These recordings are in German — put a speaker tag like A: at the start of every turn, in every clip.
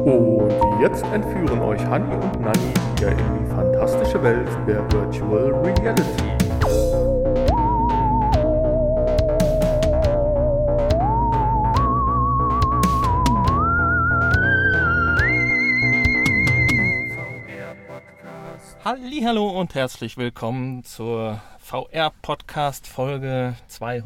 A: Und jetzt entführen euch Hanni und Nanni wieder in die fantastische Welt der Virtual Reality.
B: Hallihallo und herzlich willkommen zur VR-Podcast Folge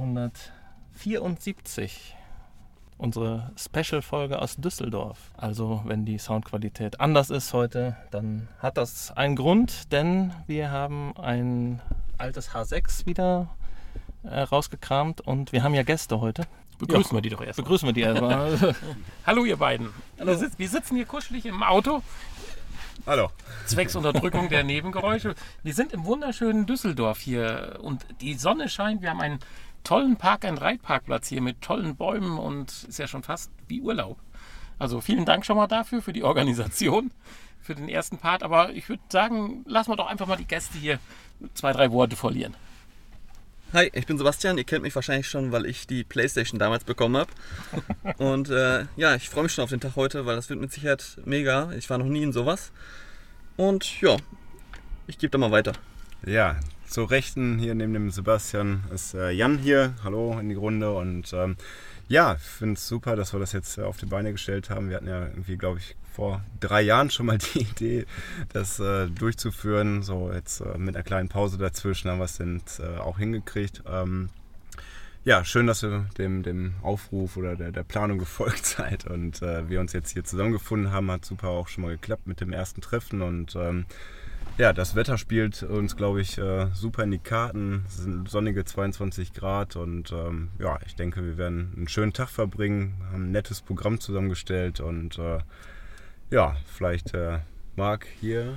B: 274. Unsere Special-Folge aus Düsseldorf. Also wenn die Soundqualität anders ist heute, dann hat das einen Grund, denn wir haben ein altes H6 wieder rausgekramt und wir haben ja Gäste heute.
C: Begrüßen wir die doch erst.
B: Begrüßen wir die erstmal.
C: Hallo ihr beiden. Hallo. Wir sitzen hier kuschelig im Auto.
D: Hallo.
C: Zwecks Unterdrückung der Nebengeräusche. Wir sind im wunderschönen Düsseldorf hier und die Sonne scheint. Wir haben einen tollen Park-and-Ride-Parkplatz hier mit tollen Bäumen und ist ja schon fast wie Urlaub. Also vielen Dank schon mal dafür, für die Organisation, für den ersten Part. Aber ich würde sagen, lassen wir doch einfach mal die Gäste hier 2-3 Worte verlieren.
E: Hi, ich bin Sebastian. Ihr kennt mich wahrscheinlich schon, weil ich die Playstation damals bekommen habe. Und ja, ich freue mich schon auf den Tag heute, weil das wird mit Sicherheit mega. Ich war noch nie in sowas. Und ja, ich gebe da mal weiter.
D: Ja, zur Rechten hier neben dem Sebastian ist Jan hier. Hallo in die Runde. Und ja, ich finde es super, dass wir das jetzt auf die Beine gestellt haben. Wir hatten ja irgendwie, glaube ich, vor 3 Jahren schon mal die Idee, das durchzuführen. So jetzt mit einer kleinen Pause dazwischen haben wir es dann auch hingekriegt. Ja, schön, dass ihr dem Aufruf oder der Planung gefolgt seid und wir uns jetzt hier zusammengefunden haben. Hat super auch schon mal geklappt mit dem ersten Treffen und ja, das Wetter spielt uns, glaube ich, super in die Karten. Es sind sonnige 22 Grad und ja, ich denke, wir werden einen schönen Tag verbringen, haben ein nettes Programm zusammengestellt und ja, vielleicht mag hier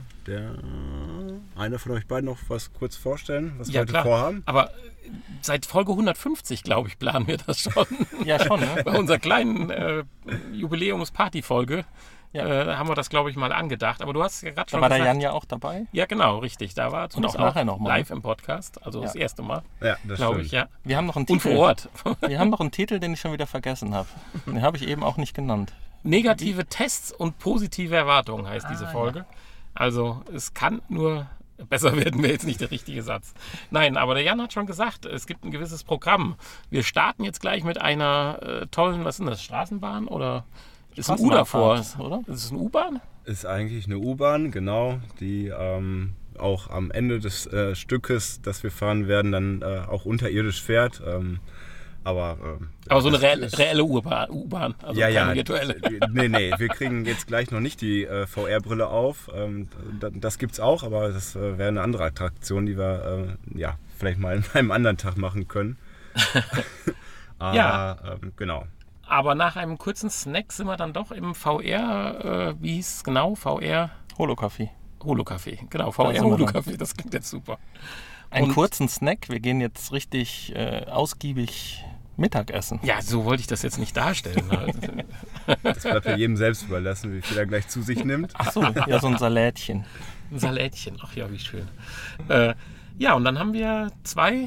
D: einer von euch beiden noch was kurz vorstellen, was wir heute vorhaben.
C: Aber seit Folge 150, glaube ich, planen wir das schon.
B: Ja, schon, ne?
C: Bei unserer kleinen Jubiläums-Party-Folge haben wir das, glaube ich, mal angedacht. Aber du hast ja gerade schon
B: gesagt... Da war
C: der
B: der Jan ja auch dabei?
C: Ja, genau, richtig. Da war
B: und auch nachher noch mal
C: live im Podcast, also das erste Mal.
D: Ja, das
C: glaube
D: stimmt.
C: ich, ja.
B: Wir haben noch einen Titel.
C: Und vor Ort.
B: Wir haben noch einen Titel, den ich schon wieder vergessen habe. Den habe ich eben auch nicht genannt.
C: Negative Tests und positive Erwartungen heißt diese Folge. Ja. Also es kann nur... Besser werden wir jetzt nicht der richtige Satz. Nein, aber der Jan hat schon gesagt, es gibt ein gewisses Programm. Wir starten jetzt gleich mit einer tollen, was ist das, Straßenbahn oder ist ein U davor, oder? Ist es eine U-Bahn?
D: Ist eigentlich eine U-Bahn, genau, die auch am Ende des Stückes, das wir fahren werden, dann auch unterirdisch fährt. Aber
C: so eine reelle U-Bahn, also keine virtuelle.
D: Nee, wir kriegen jetzt gleich noch nicht die VR-Brille auf. Das gibt's auch, aber das wäre eine andere Attraktion, die wir ja vielleicht mal an einem anderen Tag machen können. Aber,
C: ja,
D: genau.
C: Aber nach einem kurzen Snack sind wir dann doch im VR, wie hieß es genau? VR?
B: Holocafé,
C: genau, VR-Holocafé, das klingt jetzt super.
B: Einen kurzen Snack, wir gehen jetzt richtig ausgiebig Mittagessen.
C: Ja, so wollte ich das jetzt nicht darstellen.
D: Das bleibt ja jedem selbst überlassen, wie viel er gleich zu sich nimmt.
B: Ach so, ja, so ein Salätchen.
C: Ein Salätchen, ach ja, wie schön. Ja, und dann haben wir zwei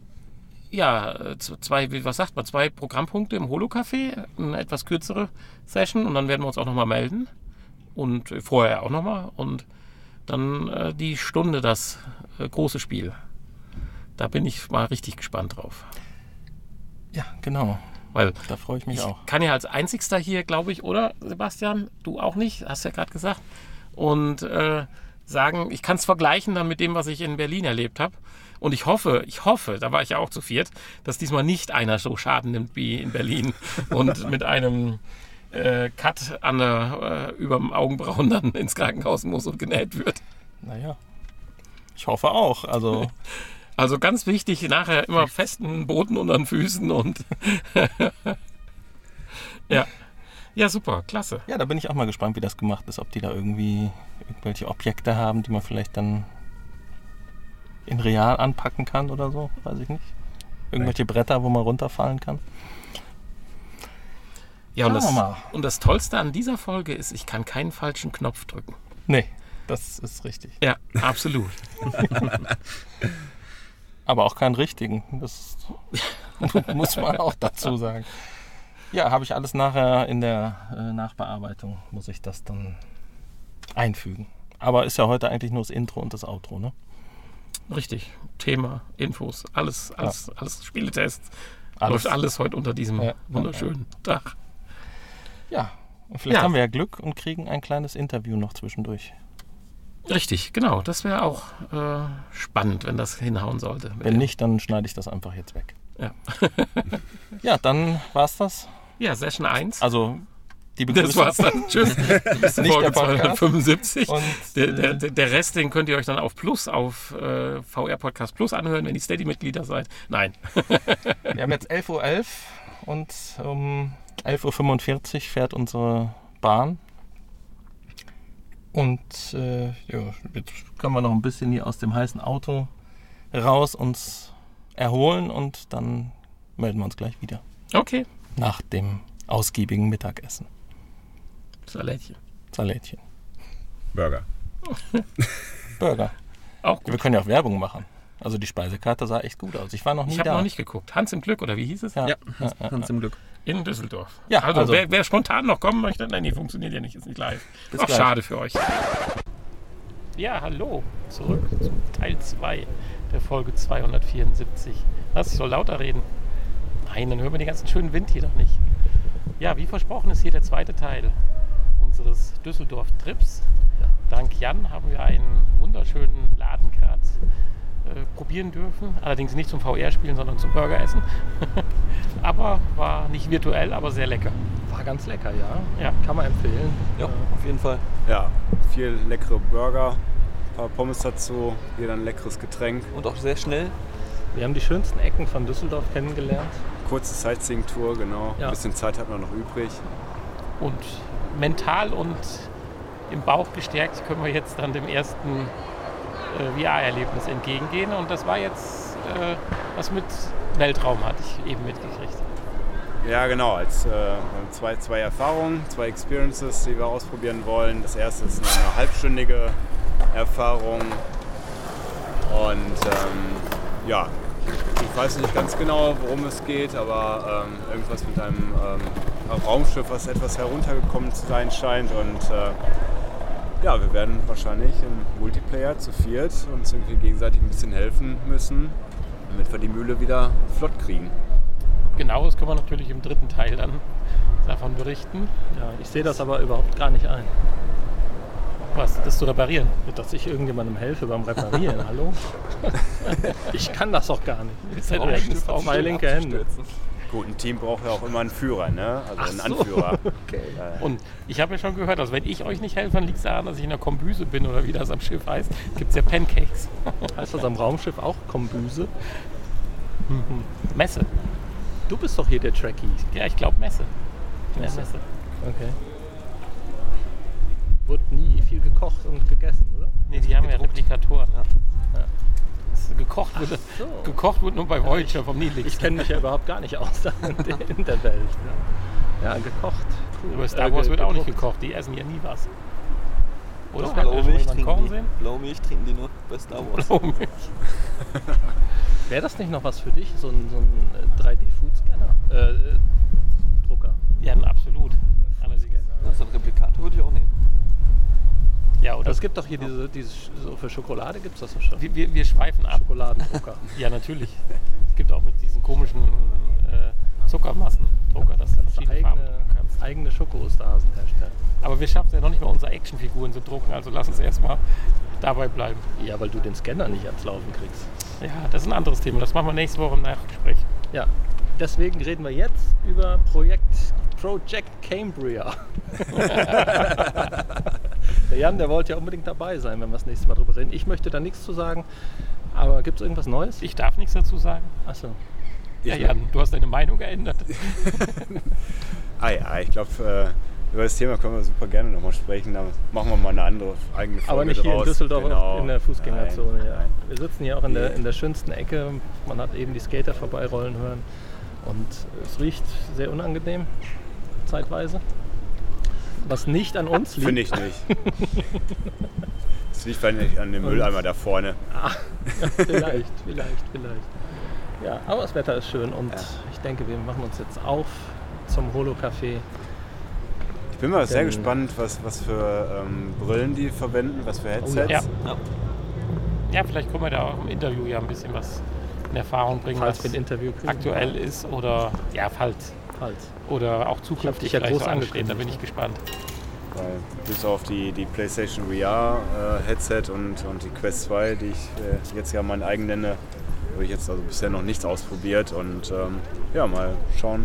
C: Programmpunkte im Holocafé, eine etwas kürzere Session und dann werden wir uns auch nochmal melden und vorher auch nochmal und dann die Stunde, das große Spiel. Da bin ich mal richtig gespannt drauf.
B: Ja, genau.
C: Weil
B: da freue ich mich auch.
C: Ich kann ja als Einzigster hier, glaube ich, oder Sebastian, du auch nicht, hast ja gerade gesagt, und sagen, ich kann es vergleichen dann mit dem, was ich in Berlin erlebt habe. Und ich hoffe, da war ich ja auch zu viert, dass diesmal nicht einer so Schaden nimmt wie in Berlin und mit einem Cut über dem Augenbrauen dann ins Krankenhaus muss und genäht wird.
B: Naja, ich hoffe auch.
C: Also ganz wichtig, nachher immer festen Boden unter den Füßen und ja, super, klasse.
B: Ja, da bin ich auch mal gespannt, wie das gemacht ist, ob die da irgendwie irgendwelche Objekte haben, die man vielleicht dann in real anpacken kann oder so, weiß ich nicht. Irgendwelche Bretter, wo man runterfallen kann.
C: Ja, und das Tollste an dieser Folge ist, ich kann keinen falschen Knopf drücken.
B: Nee, das ist richtig.
C: Ja, absolut.
B: Aber auch keinen richtigen. Das muss man auch dazu sagen. Ja, habe ich alles nachher in der Nachbearbeitung, muss ich das dann einfügen. Aber ist ja heute eigentlich nur das Intro und das Outro, ne?
C: Richtig. Thema, Infos, alles Spieletests. Läuft alles heute unter diesem wunderschönen Tag.
B: Ja, und vielleicht haben wir ja Glück und kriegen ein kleines Interview noch zwischendurch.
C: Richtig, genau. Das wäre auch spannend, wenn das hinhauen sollte.
B: Wenn nicht, dann schneide ich das einfach jetzt weg.
C: Ja.
B: Ja, dann war's das.
C: Ja, Session 1.
B: Also die Begrüßung.
C: Das war's dann. Tschüss. Bis
B: Nicht
C: Folge
B: der Podcast.
C: 275.
B: Und
C: Der Rest, den könnt ihr euch dann auf VR Podcast Plus anhören, wenn ihr Steady-Mitglieder seid. Nein.
B: wir haben jetzt 11:11 Uhr und um 11:45 Uhr fährt unsere Bahn. Und jetzt können wir noch ein bisschen hier aus dem heißen Auto raus uns erholen und dann melden wir uns gleich wieder.
C: Okay.
B: Nach dem ausgiebigen Mittagessen.
C: Salätchen.
D: Burger.
B: Burger.
C: Auch gut.
B: Wir können ja auch Werbung machen. Also die Speisekarte sah echt gut aus. Ich war noch nie
C: Ich habe
B: da.
C: noch nicht geguckt. Hans im Glück, oder wie hieß es?
B: Ja.
E: Hans im Glück.
C: In Düsseldorf.
B: Ja,
C: also,
B: also-
C: wer spontan noch kommen möchte, nein, die funktioniert ja nicht, ist nicht live.
B: Bis
C: Ach,
B: gleich.
C: schade für euch. Ja, hallo. Zurück zu Teil 2 der Folge 274. Was, ich soll lauter reden? Nein, dann hören wir den ganzen schönen Wind hier doch nicht. Ja, wie versprochen ist hier der zweite Teil unseres Düsseldorf-Trips. Dank Jan haben wir einen wunderschönen Laden gerade probieren dürfen. Allerdings nicht zum VR-Spielen, sondern zum Burgeressen. Aber war nicht virtuell, aber sehr lecker.
B: War ganz lecker, ja.
C: Ja.
B: Kann man empfehlen.
E: Ja, auf jeden Fall.
D: Ja, viel leckere Burger, ein paar Pommes dazu, jeder ein leckeres Getränk.
E: Und auch sehr schnell.
B: Wir haben die schönsten Ecken von Düsseldorf kennengelernt.
D: Kurze Sightseeing-Tour, genau.
B: Ja.
D: Ein bisschen Zeit hat man noch übrig.
C: Und mental und im Bauch gestärkt können wir jetzt dann dem ersten VR-Erlebnis entgegengehen. Und das war jetzt was mit Weltraum, hatte ich eben mitgekriegt.
D: Ja, genau. Zwei Erfahrungen, 2 Experiences, die wir ausprobieren wollen. Das erste ist eine halbstündige Erfahrung. Und ich weiß nicht ganz genau, worum es geht, aber irgendwas mit einem Raumschiff, was etwas heruntergekommen zu sein scheint. Und wir werden wahrscheinlich im Multiplayer zu viert uns irgendwie gegenseitig ein bisschen helfen müssen, damit wir die Mühle wieder flott kriegen.
C: Genau, das können wir natürlich im dritten Teil dann davon berichten.
B: Ja, ich sehe das aber überhaupt gar nicht ein.
C: Was, das zu reparieren?
B: Dass ich irgendjemandem helfe beim Reparieren. Hallo? Ich kann das doch gar nicht.
C: Ist dein eigenes
B: Auf zwei linke Hände.
D: Gut, ein Team braucht ja auch immer einen Führer, ne? Also einen
B: so.
D: Anführer.
B: Okay.
C: Und ich habe ja schon gehört, also wenn ich euch nicht helfe, dann liegt es daran, dass ich in der Kombüse bin oder wie das am Schiff heißt. Gibt es ja Pancakes.
B: Heißt das am Raumschiff auch Kombüse?
C: Messe.
B: Du bist doch hier der Trekkie.
C: Ja, ich glaube Messe.
B: Messe. Okay. Wird nie viel gekocht und gegessen, oder?
C: Nee, die haben ja Replikatoren.
B: Ja.
C: Gekocht wird nur bei Voyager vom Nilix.
B: Ich kenne mich ja überhaupt gar nicht aus in der Welt. Ja, gekocht. Cool.
C: Aber Star Wars wird auch nicht gekocht, die essen ja nie was. Oder? Hat
E: Blaue
C: schon
E: Milch
C: jemand kochen
E: trinken
C: sehen?
E: die. Blaue Milch trinken die nur bei Star Wars.
C: Blaumilch.
B: Wäre das nicht noch was für dich? So ein 3D-Food-Scanner? Drucker.
C: Ja, absolut. Allerdings.
E: So ein Replikator würde ich auch nehmen.
C: Ja, oder?
B: Also es gibt doch hier diese so für Schokolade gibt es das doch schon.
C: Wir schweifen ab.
B: Schokoladendrucker.
C: Ja, natürlich. Es gibt auch mit diesen komischen Zuckermassendrucker, dass du verschiedene Farben drucken kannst.
B: Eigene Schoko-Osterhasen herstellen.
C: Aber wir schaffen es ja noch nicht mal, unsere Actionfiguren zu drucken, also lass uns erstmal dabei bleiben.
B: Ja, weil du den Scanner nicht ans Laufen kriegst.
C: Ja, das ist ein anderes Thema. Das machen wir nächste Woche im Nachgespräch.
B: Ja, deswegen reden wir jetzt über Project Cambria. Der Jan, der wollte ja unbedingt dabei sein, wenn wir das nächste Mal drüber reden. Ich möchte da nichts zu sagen, aber gibt es irgendwas Neues?
C: Ich darf nichts dazu sagen.
B: Achso.
C: Ja, Jan, du hast deine Meinung geändert.
D: Ich glaube, über das Thema können wir super gerne nochmal sprechen. Da machen wir mal eine andere eigene Folge
B: Aber nicht hier
D: draus.
B: in Düsseldorf
D: Genau.
B: in der Fußgängerzone.
D: Nein,
B: Ja.
D: nein.
B: Wir sitzen hier auch in der schönsten Ecke. Man hat eben die Skater vorbeirollen hören. Und es riecht sehr unangenehm, zeitweise. Was nicht an uns liegt.
D: Finde ich nicht. Das liegt vielleicht an dem Mülleimer da vorne.
B: Vielleicht. Ja, aber das Wetter ist schön und ich denke, wir machen uns jetzt auf zum Holo-Café.
D: Ich bin mal sehr gespannt, was für Brillen die verwenden, was für Headsets.
C: Ja, vielleicht können wir da auch im Interview ja ein bisschen was in Erfahrung bringen,
B: Falls
C: was
B: wir ein Interview kriegen.
C: aktuell ist oder falls. Oder auch zukünftig
B: ja
C: vielleicht
B: groß
C: so ansteht. Da
B: angekündigt,
C: bin ich gespannt.
D: Weil bis auf die PlayStation VR Headset und die Quest 2, die ich jetzt ja mein eigen nenne, habe ich jetzt also bisher noch nichts ausprobiert und mal schauen.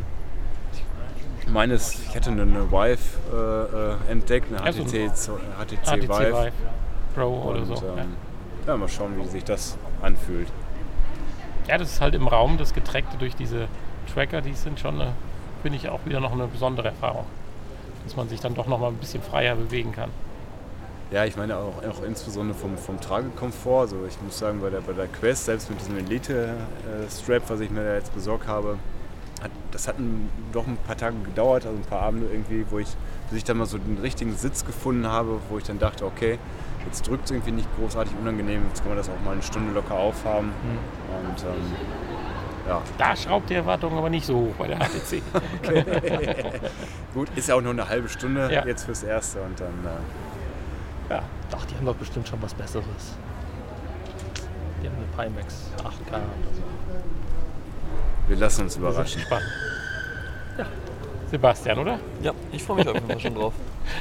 D: Ich hatte eine Vive entdeckt, eine HTC Vive
C: Pro oder so.
D: Mal schauen, wie sich das anfühlt.
C: Ja, das ist halt im Raum, das Getrackte durch diese Tracker, die sind schon, finde ich, auch wieder noch eine besondere Erfahrung. Dass man sich dann doch noch mal ein bisschen freier bewegen kann.
D: Ja, ich meine auch insbesondere vom Tragekomfort. Also ich muss sagen, bei der Quest, selbst mit diesem Elite-Strap, was ich mir da jetzt besorgt habe, das hat doch ein paar Tage gedauert, also ein paar Abende irgendwie, bis ich dann mal so den richtigen Sitz gefunden habe, wo ich dann dachte, okay, jetzt drückt es irgendwie nicht großartig unangenehm, jetzt kann man das auch mal eine Stunde locker aufhaben. Und
C: Da schraubt die Erwartung aber nicht so hoch bei der HTC.
D: Okay. Gut, ist ja auch nur eine halbe Stunde jetzt fürs Erste und dann
B: Doch, die haben doch bestimmt schon was Besseres. Die haben eine Pimax 8K oder so.
D: wir lassen uns überraschen.
C: Spannend. Ja. Sebastian, oder?
E: Ja, ich freue mich auf jeden Fall schon drauf.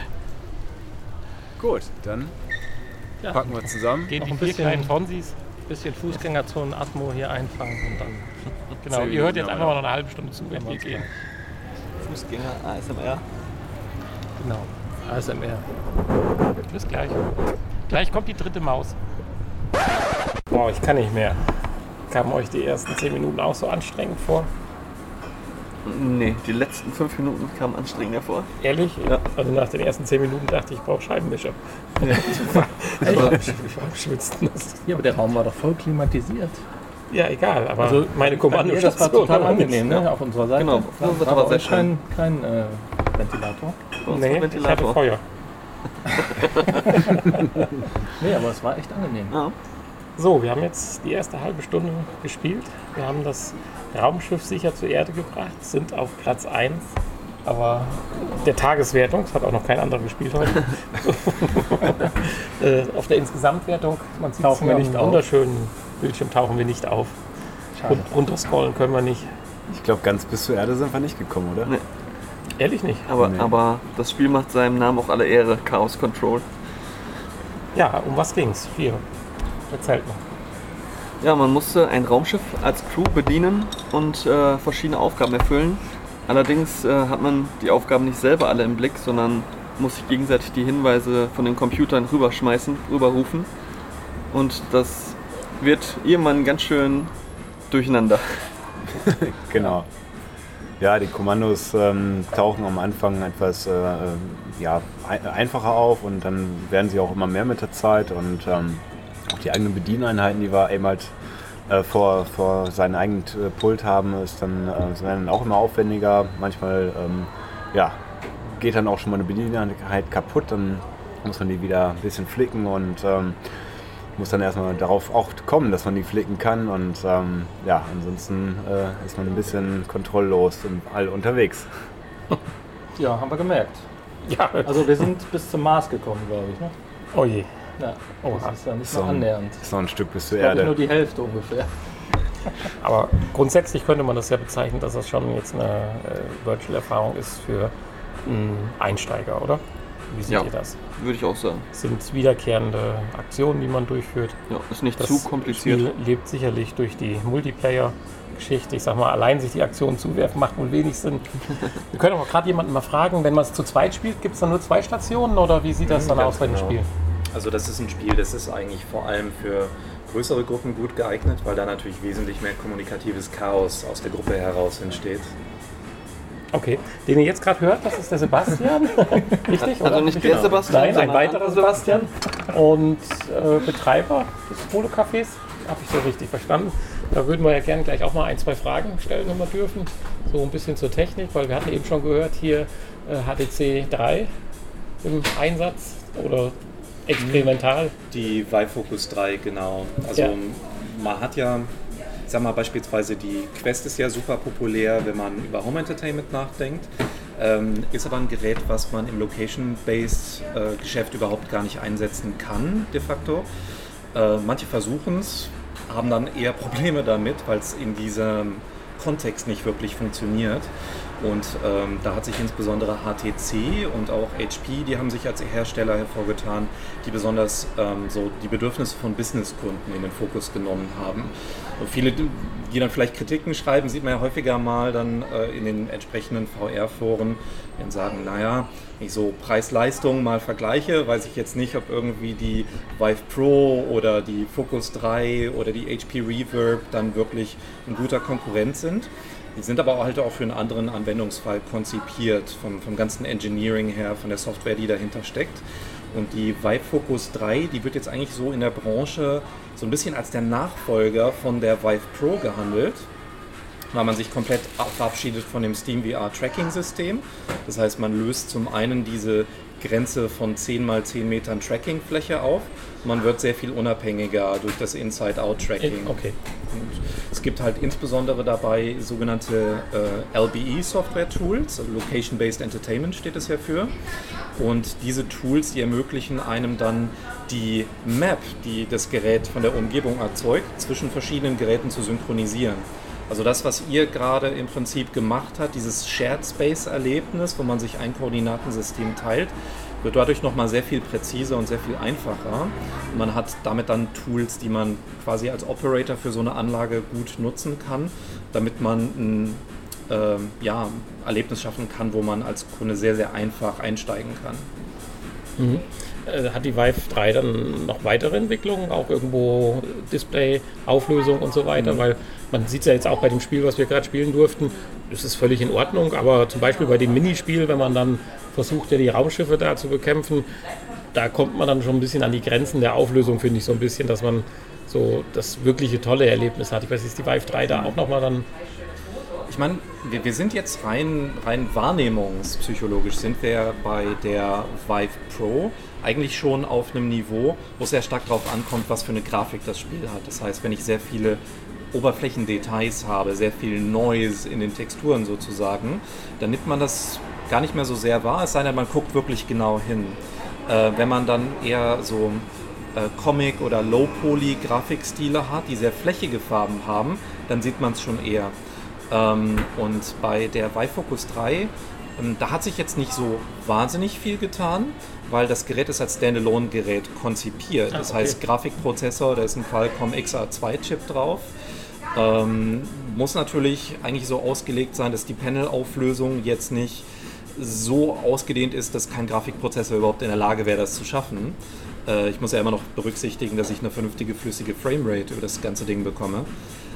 D: Gut, dann packen wir zusammen.
C: Gehen
B: Noch
C: die
B: ein
C: 4
B: bisschen-
C: kleinen Fonsis.
B: Bisschen Fußgängerzonen-Atmo hier einfangen und dann
C: Genau,
D: 10
C: ihr hört jetzt
D: Minuten
C: einfach mal noch eine halbe Stunde zu, wenn wir gehen.
E: Fußgänger, ASMR.
B: genau ASMR.
C: Bis gleich. Gleich kommt die dritte Maus. Boah, ich kann nicht mehr. Kamen euch die ersten 10 Minuten auch so anstrengend vor?
E: Nee, die letzten 5 Minuten kamen anstrengender vor.
C: Ehrlich?
E: Ja.
C: Also nach den ersten 10 Minuten dachte ich, ich brauche Scheibenwischer.
B: Aber,
C: Ich schwitzt nass.
B: ja, aber der Raum war doch voll klimatisiert.
C: Ja, egal, aber
B: Also
C: meine
B: das war
C: Kommandostation
B: total
C: war
B: angenehm,
C: nichts.
B: ne? Auf unserer Seite.
E: Genau,
B: war,
E: das
B: war
E: war
B: bei
E: sehr
B: euch
E: schön.
B: kein Ventilator.
C: Nee, ich hatte
E: Ventilator.
C: Feuer.
B: Nee, aber es war echt angenehm.
E: Ja.
C: So, wir haben jetzt die erste halbe Stunde gespielt. Wir haben das Raumschiff sicher zur Erde gebracht, sind auf Platz 1. Aber der Tageswertung, das hat auch noch kein anderer gespielt heute, auf der Insgesamtwertung, man sieht
B: Tauchen wir
C: es
B: nicht
C: am
B: auf.
C: wunderschönen Bildschirm, tauchen wir nicht auf.
B: Schade.
C: Runterscrollen können wir nicht.
D: Ich glaube, ganz bis zur Erde sind wir nicht gekommen, oder?
E: Nee.
C: Ehrlich nicht.
D: Nee.
E: Aber das Spiel macht seinem Namen auch alle Ehre. Chaos Control.
C: Ja, um was ging's? Hier. Erzählt mal.
E: Ja, man musste ein Raumschiff als Crew bedienen und verschiedene Aufgaben erfüllen. Allerdings hat man die Aufgaben nicht selber alle im Blick, sondern muss sich gegenseitig die Hinweise von den Computern rüberrufen. Und das wird irgendwann ganz schön durcheinander.
D: Genau. Ja, die Kommandos tauchen am Anfang etwas einfacher auf und dann werden sie auch immer mehr mit der Zeit und auch die eigenen Bedieneinheiten, die wir eben halt vor seinen eigenen Pult haben, sind dann auch immer aufwendiger. Manchmal geht dann auch schon mal eine Bedieneinheit kaputt, dann muss man die wieder ein bisschen flicken und muss dann erstmal darauf auch kommen, dass man die flicken kann und ansonsten ist man ein bisschen kontrolllos im All unterwegs.
B: Ja, haben wir gemerkt.
C: Ja,
B: Also wir sind bis zum Mars gekommen, glaube ich. Ne?
C: oh je.
B: Ja,
C: Oh,
B: das ist ja nicht
D: so
B: mal annähernd.
D: Ist noch ein Stück bis zur
B: Ich glaube, nur
D: Erde.
B: die Hälfte ungefähr.
C: Aber grundsätzlich könnte man das ja bezeichnen, dass das schon jetzt eine Virtual-Erfahrung ist für einen Einsteiger, oder? Wie seht
E: Ja.
C: ihr das?
E: Würde ich auch sagen.
C: Es sind wiederkehrende Aktionen, die man durchführt.
E: Ja, ist nicht
C: Das
E: zu kompliziert.
C: Spiel lebt sicherlich durch die Multiplayer-Geschichte. Ich sag mal, allein sich die Aktionen zuwerfen, macht wohl wenig Sinn. Wir können aber gerade jemanden mal fragen, wenn man es zu zweit spielt, gibt es dann nur 2 Stationen oder wie sieht das dann aus bei den
F: genau.
C: Spielen?
F: Also das ist ein Spiel, das ist eigentlich vor allem für größere Gruppen gut geeignet, weil da natürlich wesentlich mehr kommunikatives Chaos aus der Gruppe heraus entsteht.
C: Okay, den ihr jetzt gerade hört, das ist der Sebastian. Richtig,
E: Also
C: oder?
E: nicht der Sebastian,
C: Nein, ein
E: sondern
C: weiterer Sebastian. Und Betreiber des Holo-Cafés. Habe ich so richtig verstanden. Da würden wir ja gerne gleich auch mal 1, 2 Fragen stellen, wenn wir dürfen. So ein bisschen zur Technik, weil wir hatten eben schon gehört, hier HTC 3 im Einsatz oder experimental.
F: Die Vive Focus 3, genau. Also
C: Ja.
F: man hat ja Ich sag mal beispielsweise, die Quest ist ja super populär, wenn man über Home Entertainment nachdenkt. Ist aber ein Gerät, was man im Location-Based Geschäft überhaupt gar nicht einsetzen kann, de facto. Manche versuchen es, haben dann eher Probleme damit, weil es in diesem Kontext nicht wirklich funktioniert. Und da hat sich insbesondere HTC und auch HP, die haben sich als Hersteller hervorgetan, die besonders so die Bedürfnisse von Businesskunden in den Fokus genommen haben. Und viele, die dann vielleicht Kritiken schreiben, sieht man ja häufiger mal dann in den entsprechenden VR-Foren, die sagen, naja, wenn ich so Preis-Leistung mal vergleiche, weiß ich jetzt nicht, ob irgendwie die Vive Pro oder die Focus 3 oder die HP Reverb dann wirklich ein guter Konkurrent sind. Die sind aber halt auch für einen anderen Anwendungsfall konzipiert, vom ganzen Engineering her, von der Software, die dahinter steckt. Und die Vive Focus 3, die wird jetzt eigentlich so in der Branche so ein bisschen als der Nachfolger von der Vive Pro gehandelt, weil man sich komplett verabschiedet von dem Steam VR Tracking System. Das heißt, man löst zum einen diese Grenze von 10 x 10 Metern Trackingfläche auf. Man wird sehr viel unabhängiger durch das Inside-Out-Tracking.
C: Okay.
F: Und es gibt halt insbesondere dabei sogenannte LBE-Software-Tools, also Location-Based Entertainment steht es ja für. Und diese Tools, die ermöglichen einem dann die Map, die das Gerät von der Umgebung erzeugt, zwischen verschiedenen Geräten zu synchronisieren. Also das, was ihr gerade im Prinzip gemacht habt, dieses Shared Space-Erlebnis, wo man sich ein Koordinatensystem teilt, wird dadurch nochmal sehr viel präziser und sehr viel einfacher. Und man hat damit dann Tools, die man quasi als Operator für so eine Anlage gut nutzen kann, damit man ein Erlebnis schaffen kann, wo man als Kunde sehr, sehr einfach einsteigen kann.
C: Mhm. Hat die Vive 3 dann noch weitere Entwicklungen, auch irgendwo Display, Auflösung und so weiter? Weil man sieht es ja jetzt auch bei dem Spiel, was wir gerade spielen durften, das ist völlig in Ordnung, aber zum Beispiel bei dem Minispiel, wenn man dann versucht, ja die Raumschiffe da zu bekämpfen, da kommt man dann schon ein bisschen an die Grenzen der Auflösung, finde ich so ein bisschen, dass man so das wirkliche tolle Erlebnis hat. Ich weiß, ist die Vive 3 da auch nochmal dann...
F: Ich meine, wir sind jetzt rein wahrnehmungspsychologisch, sind wir bei der Vive Pro eigentlich schon auf einem Niveau, wo es sehr stark darauf ankommt, was für eine Grafik das Spiel hat. Das heißt, wenn ich sehr viele Oberflächendetails habe, sehr viel Noise in den Texturen sozusagen, dann nimmt man das gar nicht mehr so sehr wahr, es sei denn, man guckt wirklich genau hin. Wenn man dann eher so Comic- oder Low-Poly-Grafikstile hat, die sehr flächige Farben haben, dann sieht man es schon eher. Und bei der Vive Focus 3, da hat sich jetzt nicht so wahnsinnig viel getan, weil das Gerät ist als Standalone-Gerät konzipiert. Das heißt, Grafikprozessor, da ist ein Qualcomm XR2-Chip drauf. Muss natürlich eigentlich so ausgelegt sein, dass die Panel-Auflösung jetzt nicht so ausgedehnt ist, dass kein Grafikprozessor überhaupt in der Lage wäre, das zu schaffen. Ich muss ja immer noch berücksichtigen, dass ich eine vernünftige, flüssige Framerate über das ganze Ding bekomme.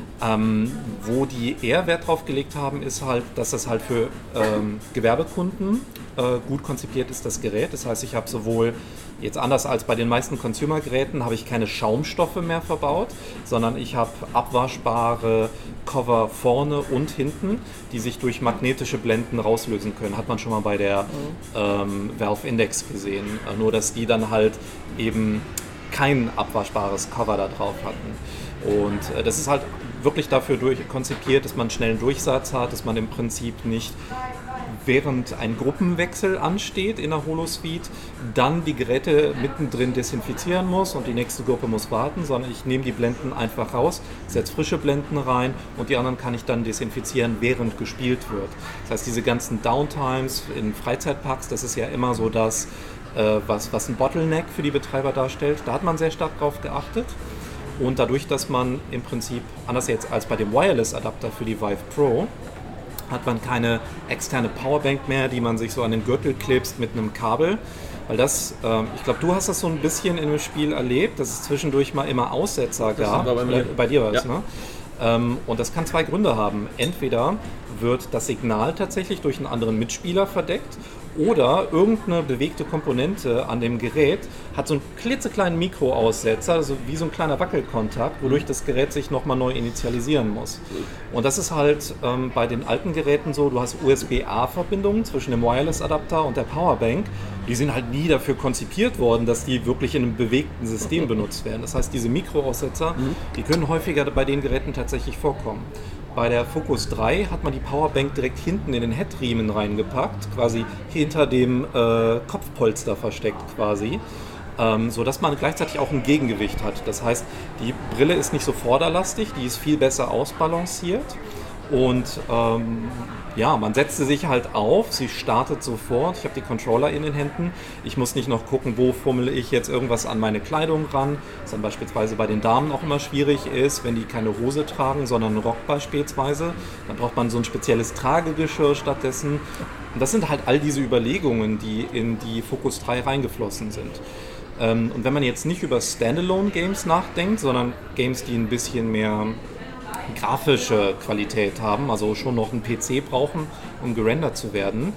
F: Wo die eher Wert drauf gelegt haben, ist halt, dass das halt für Gewerbekunden gut konzipiert ist, das Gerät. Das heißt, ich habe sowohl, jetzt anders als bei den meisten Consumer-Geräten, habe ich keine Schaumstoffe mehr verbaut, sondern ich habe abwaschbare Cover vorne und hinten, die sich durch magnetische Blenden rauslösen können. Hat man schon mal bei der Valve Index gesehen. Nur, dass die dann halt eben kein abwaschbares Cover da drauf hatten. Und das ist halt wirklich dafür konzipiert, dass man einen schnellen Durchsatz hat, dass man im Prinzip nicht während ein Gruppenwechsel ansteht in der Holosuite, dann die Geräte mittendrin desinfizieren muss und die nächste Gruppe muss warten, sondern ich nehme die Blenden einfach raus, setze frische Blenden rein und die anderen kann ich dann desinfizieren, während gespielt wird. Das heißt, diese ganzen Downtimes in Freizeitparks, das ist ja immer so das, was ein Bottleneck für die Betreiber darstellt. Da hat man sehr stark drauf geachtet. Und dadurch, dass man im Prinzip, anders jetzt als bei dem Wireless-Adapter für die Vive Pro, hat man keine externe Powerbank mehr, die man sich so an den Gürtel klebst mit einem Kabel. Weil das, ich glaube, du hast das so ein bisschen in dem Spiel erlebt, dass es zwischendurch mal immer Aussetzer gab.
E: Das war bei mir.
F: Bei dir war es,
E: ja.
F: Ne? Und das kann zwei Gründe haben. Entweder wird das Signal tatsächlich durch einen anderen Mitspieler verdeckt oder irgendeine bewegte Komponente an dem Gerät hat so einen klitzekleinen Mikroaussetzer, also wie so ein kleiner Wackelkontakt, wodurch das Gerät sich nochmal neu initialisieren muss. Und das ist halt bei den alten Geräten so, du hast USB-A-Verbindungen zwischen dem Wireless-Adapter und der Powerbank die sind halt nie dafür konzipiert worden, dass die wirklich in einem bewegten System benutzt werden. Das heißt, diese Mikroaussetzer, die können häufiger bei den Geräten tatsächlich vorkommen. Bei der Focus 3 hat man die Powerbank direkt hinten in den Headriemen reingepackt, quasi hinter dem Kopfpolster versteckt quasi, sodass man gleichzeitig auch ein Gegengewicht hat. Das heißt, die Brille ist nicht so vorderlastig, die ist viel besser ausbalanciert. Und man setzt sie sich halt auf, sie startet sofort, ich habe die Controller in den Händen, ich muss nicht noch gucken, wo fummel ich jetzt irgendwas an meine Kleidung ran, was dann beispielsweise bei den Damen auch immer schwierig ist, wenn die keine Hose tragen, sondern einen Rock beispielsweise, dann braucht man so ein spezielles Tragegeschirr stattdessen. Und das sind halt all diese Überlegungen, die in die Focus 3 reingeflossen sind. Und wenn man jetzt nicht über Standalone-Games nachdenkt, sondern Games, die ein bisschen mehr grafische Qualität haben, also schon noch einen PC brauchen, um gerendert zu werden,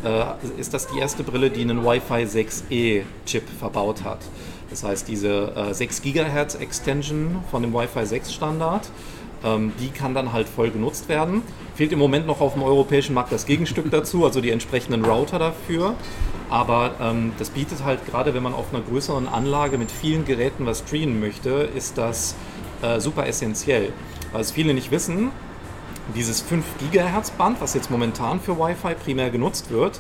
F: ist das die erste Brille, die einen Wi-Fi 6E-Chip verbaut hat. Das heißt, diese 6 GHz Extension von dem Wi-Fi 6 Standard, die kann dann halt voll genutzt werden. Fehlt im Moment noch auf dem europäischen Markt das Gegenstück dazu, also die entsprechenden Router dafür. Aber das bietet halt, gerade wenn man auf einer größeren Anlage mit vielen Geräten was streamen möchte, ist das super essentiell. Was viele nicht wissen, dieses 5 GHz Band, was jetzt momentan für Wi-Fi primär genutzt wird,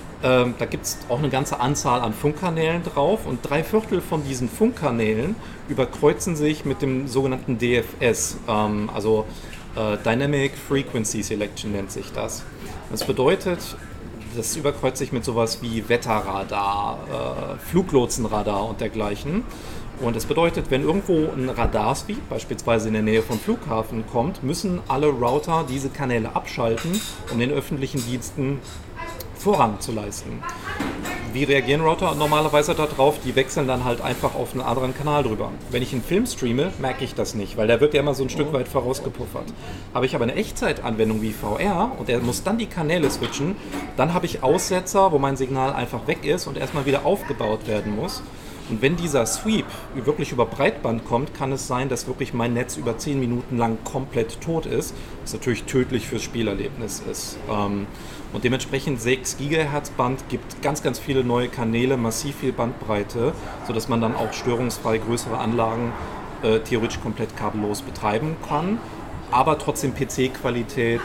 F: da gibt es auch eine ganze Anzahl an Funkkanälen drauf und 3/4 von diesen Funkkanälen überkreuzen sich mit dem sogenannten DFS, also Dynamic Frequency Selection nennt sich das. Das bedeutet, das überkreuzt sich mit sowas wie Wetterradar, Fluglotsenradar und dergleichen. Und das bedeutet, wenn irgendwo ein Radarsweep, beispielsweise in der Nähe von Flughafen, kommt, müssen alle Router diese Kanäle abschalten, um den öffentlichen Diensten Vorrang zu leisten. Wie reagieren Router normalerweise darauf? Die wechseln dann halt einfach auf einen anderen Kanal drüber. Wenn ich einen Film streame, merke ich das nicht, weil der wird ja immer so ein Stück weit vorausgepuffert. Habe ich aber eine Echtzeitanwendung wie VR und der muss dann die Kanäle switchen, dann habe ich Aussetzer, wo mein Signal einfach weg ist und erstmal wieder aufgebaut werden muss. Und wenn dieser Sweep wirklich über Breitband kommt, kann es sein, dass wirklich mein Netz über 10 Minuten lang komplett tot ist, was natürlich tödlich fürs Spielerlebnis ist. Und dementsprechend 6 GHz Band gibt ganz, ganz viele neue Kanäle, massiv viel Bandbreite, sodass man dann auch störungsfrei größere Anlagen theoretisch komplett kabellos betreiben kann, aber trotzdem PC-Qualität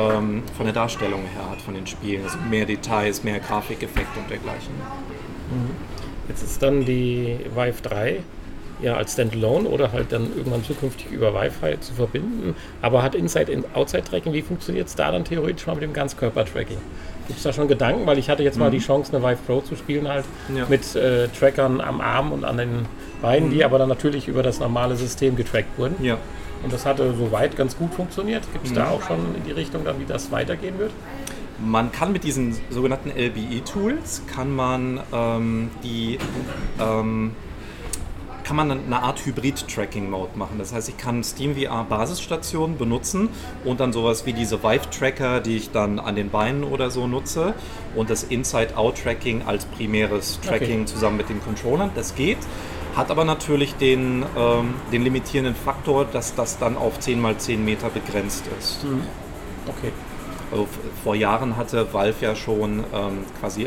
F: von der Darstellung her hat von den Spielen. Also mehr Details, mehr Grafikeffekte und dergleichen.
C: Jetzt ist dann die Vive 3 ja als Standalone oder halt dann irgendwann zukünftig über Wi-Fi zu verbinden, aber hat Inside-Outside-Tracking. Wie funktioniert es da dann theoretisch mal mit dem Ganzkörper-Tracking? Gibt es da schon Gedanken? Weil ich hatte jetzt mal die Chance, eine Vive Pro zu spielen halt mit Trackern am Arm und an den Beinen, die aber dann natürlich über das normale System getrackt wurden. Ja. Und das hatte soweit ganz gut funktioniert. Gibt es da auch schon in die Richtung dann, wie das weitergehen wird?
F: Man kann mit diesen sogenannten LBE-Tools kann man eine Art Hybrid-Tracking-Mode machen. Das heißt, ich kann SteamVR-Basisstationen benutzen und dann sowas wie diese Vive-Tracker, die ich dann an den Beinen oder so nutze und das Inside-Out-Tracking als primäres Tracking zusammen mit den Controllern. Das geht, hat aber natürlich den limitierenden Faktor, dass das dann auf 10 x 10 Meter begrenzt ist.
C: Okay.
F: Also vor Jahren hatte Valve ja schon quasi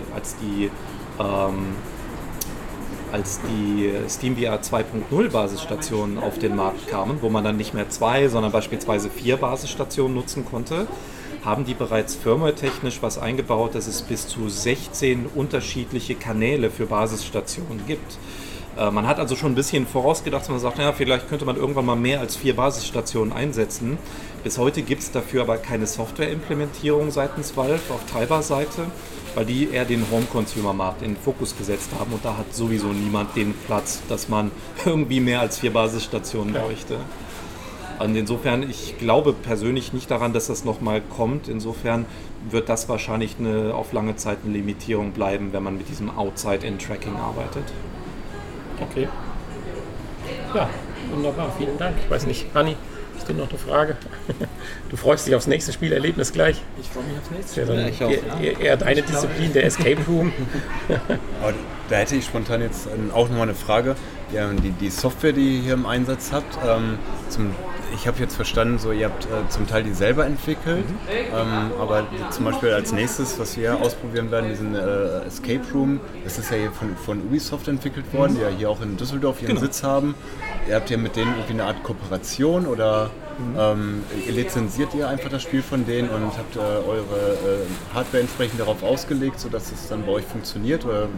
F: als die SteamVR 2.0 Basisstationen auf den Markt kamen, wo man dann nicht mehr 2, sondern beispielsweise 4 Basisstationen nutzen konnte, haben die bereits firmware-technisch was eingebaut, dass es bis zu 16 unterschiedliche Kanäle für Basisstationen gibt. Man hat also schon ein bisschen vorausgedacht, dass man sagt, ja, vielleicht könnte man irgendwann mal mehr als 4 Basisstationen einsetzen. Bis heute gibt es dafür aber keine Software-Implementierung seitens Valve auf Treiberseite, weil die eher den Home-Consumer-Markt in den Fokus gesetzt haben und da hat sowieso niemand den Platz, dass man irgendwie mehr als 4 Basisstationen bräuchte. Und insofern, ich glaube persönlich nicht daran, dass das nochmal kommt. Insofern wird das wahrscheinlich auf lange Zeit eine Limitierung bleiben, wenn man mit diesem Outside-In-Tracking arbeitet.
C: Okay. Ja, wunderbar. Vielen Dank. Ich weiß nicht, Hanni, hast du noch eine Frage? Du freust dich aufs nächste Spielerlebnis gleich?
E: Ich freue mich aufs nächste Spiel.
C: Eher deine Disziplin, der Escape Room.
D: Aber da hätte ich spontan jetzt auch nochmal eine Frage. Ja, die Software, die ihr hier im Einsatz habt, zum ich habe jetzt verstanden, so ihr habt zum Teil die selber entwickelt, aber zum Beispiel als nächstes, was wir ausprobieren werden, diesen Escape Room, das ist ja hier von Ubisoft entwickelt worden, die ja hier auch in Düsseldorf ihren Sitz haben. Ihr habt ja mit denen irgendwie eine Art Kooperation oder lizenziert ihr einfach das Spiel von denen und habt eure Hardware entsprechend darauf ausgelegt, sodass es dann bei euch funktioniert? Oder?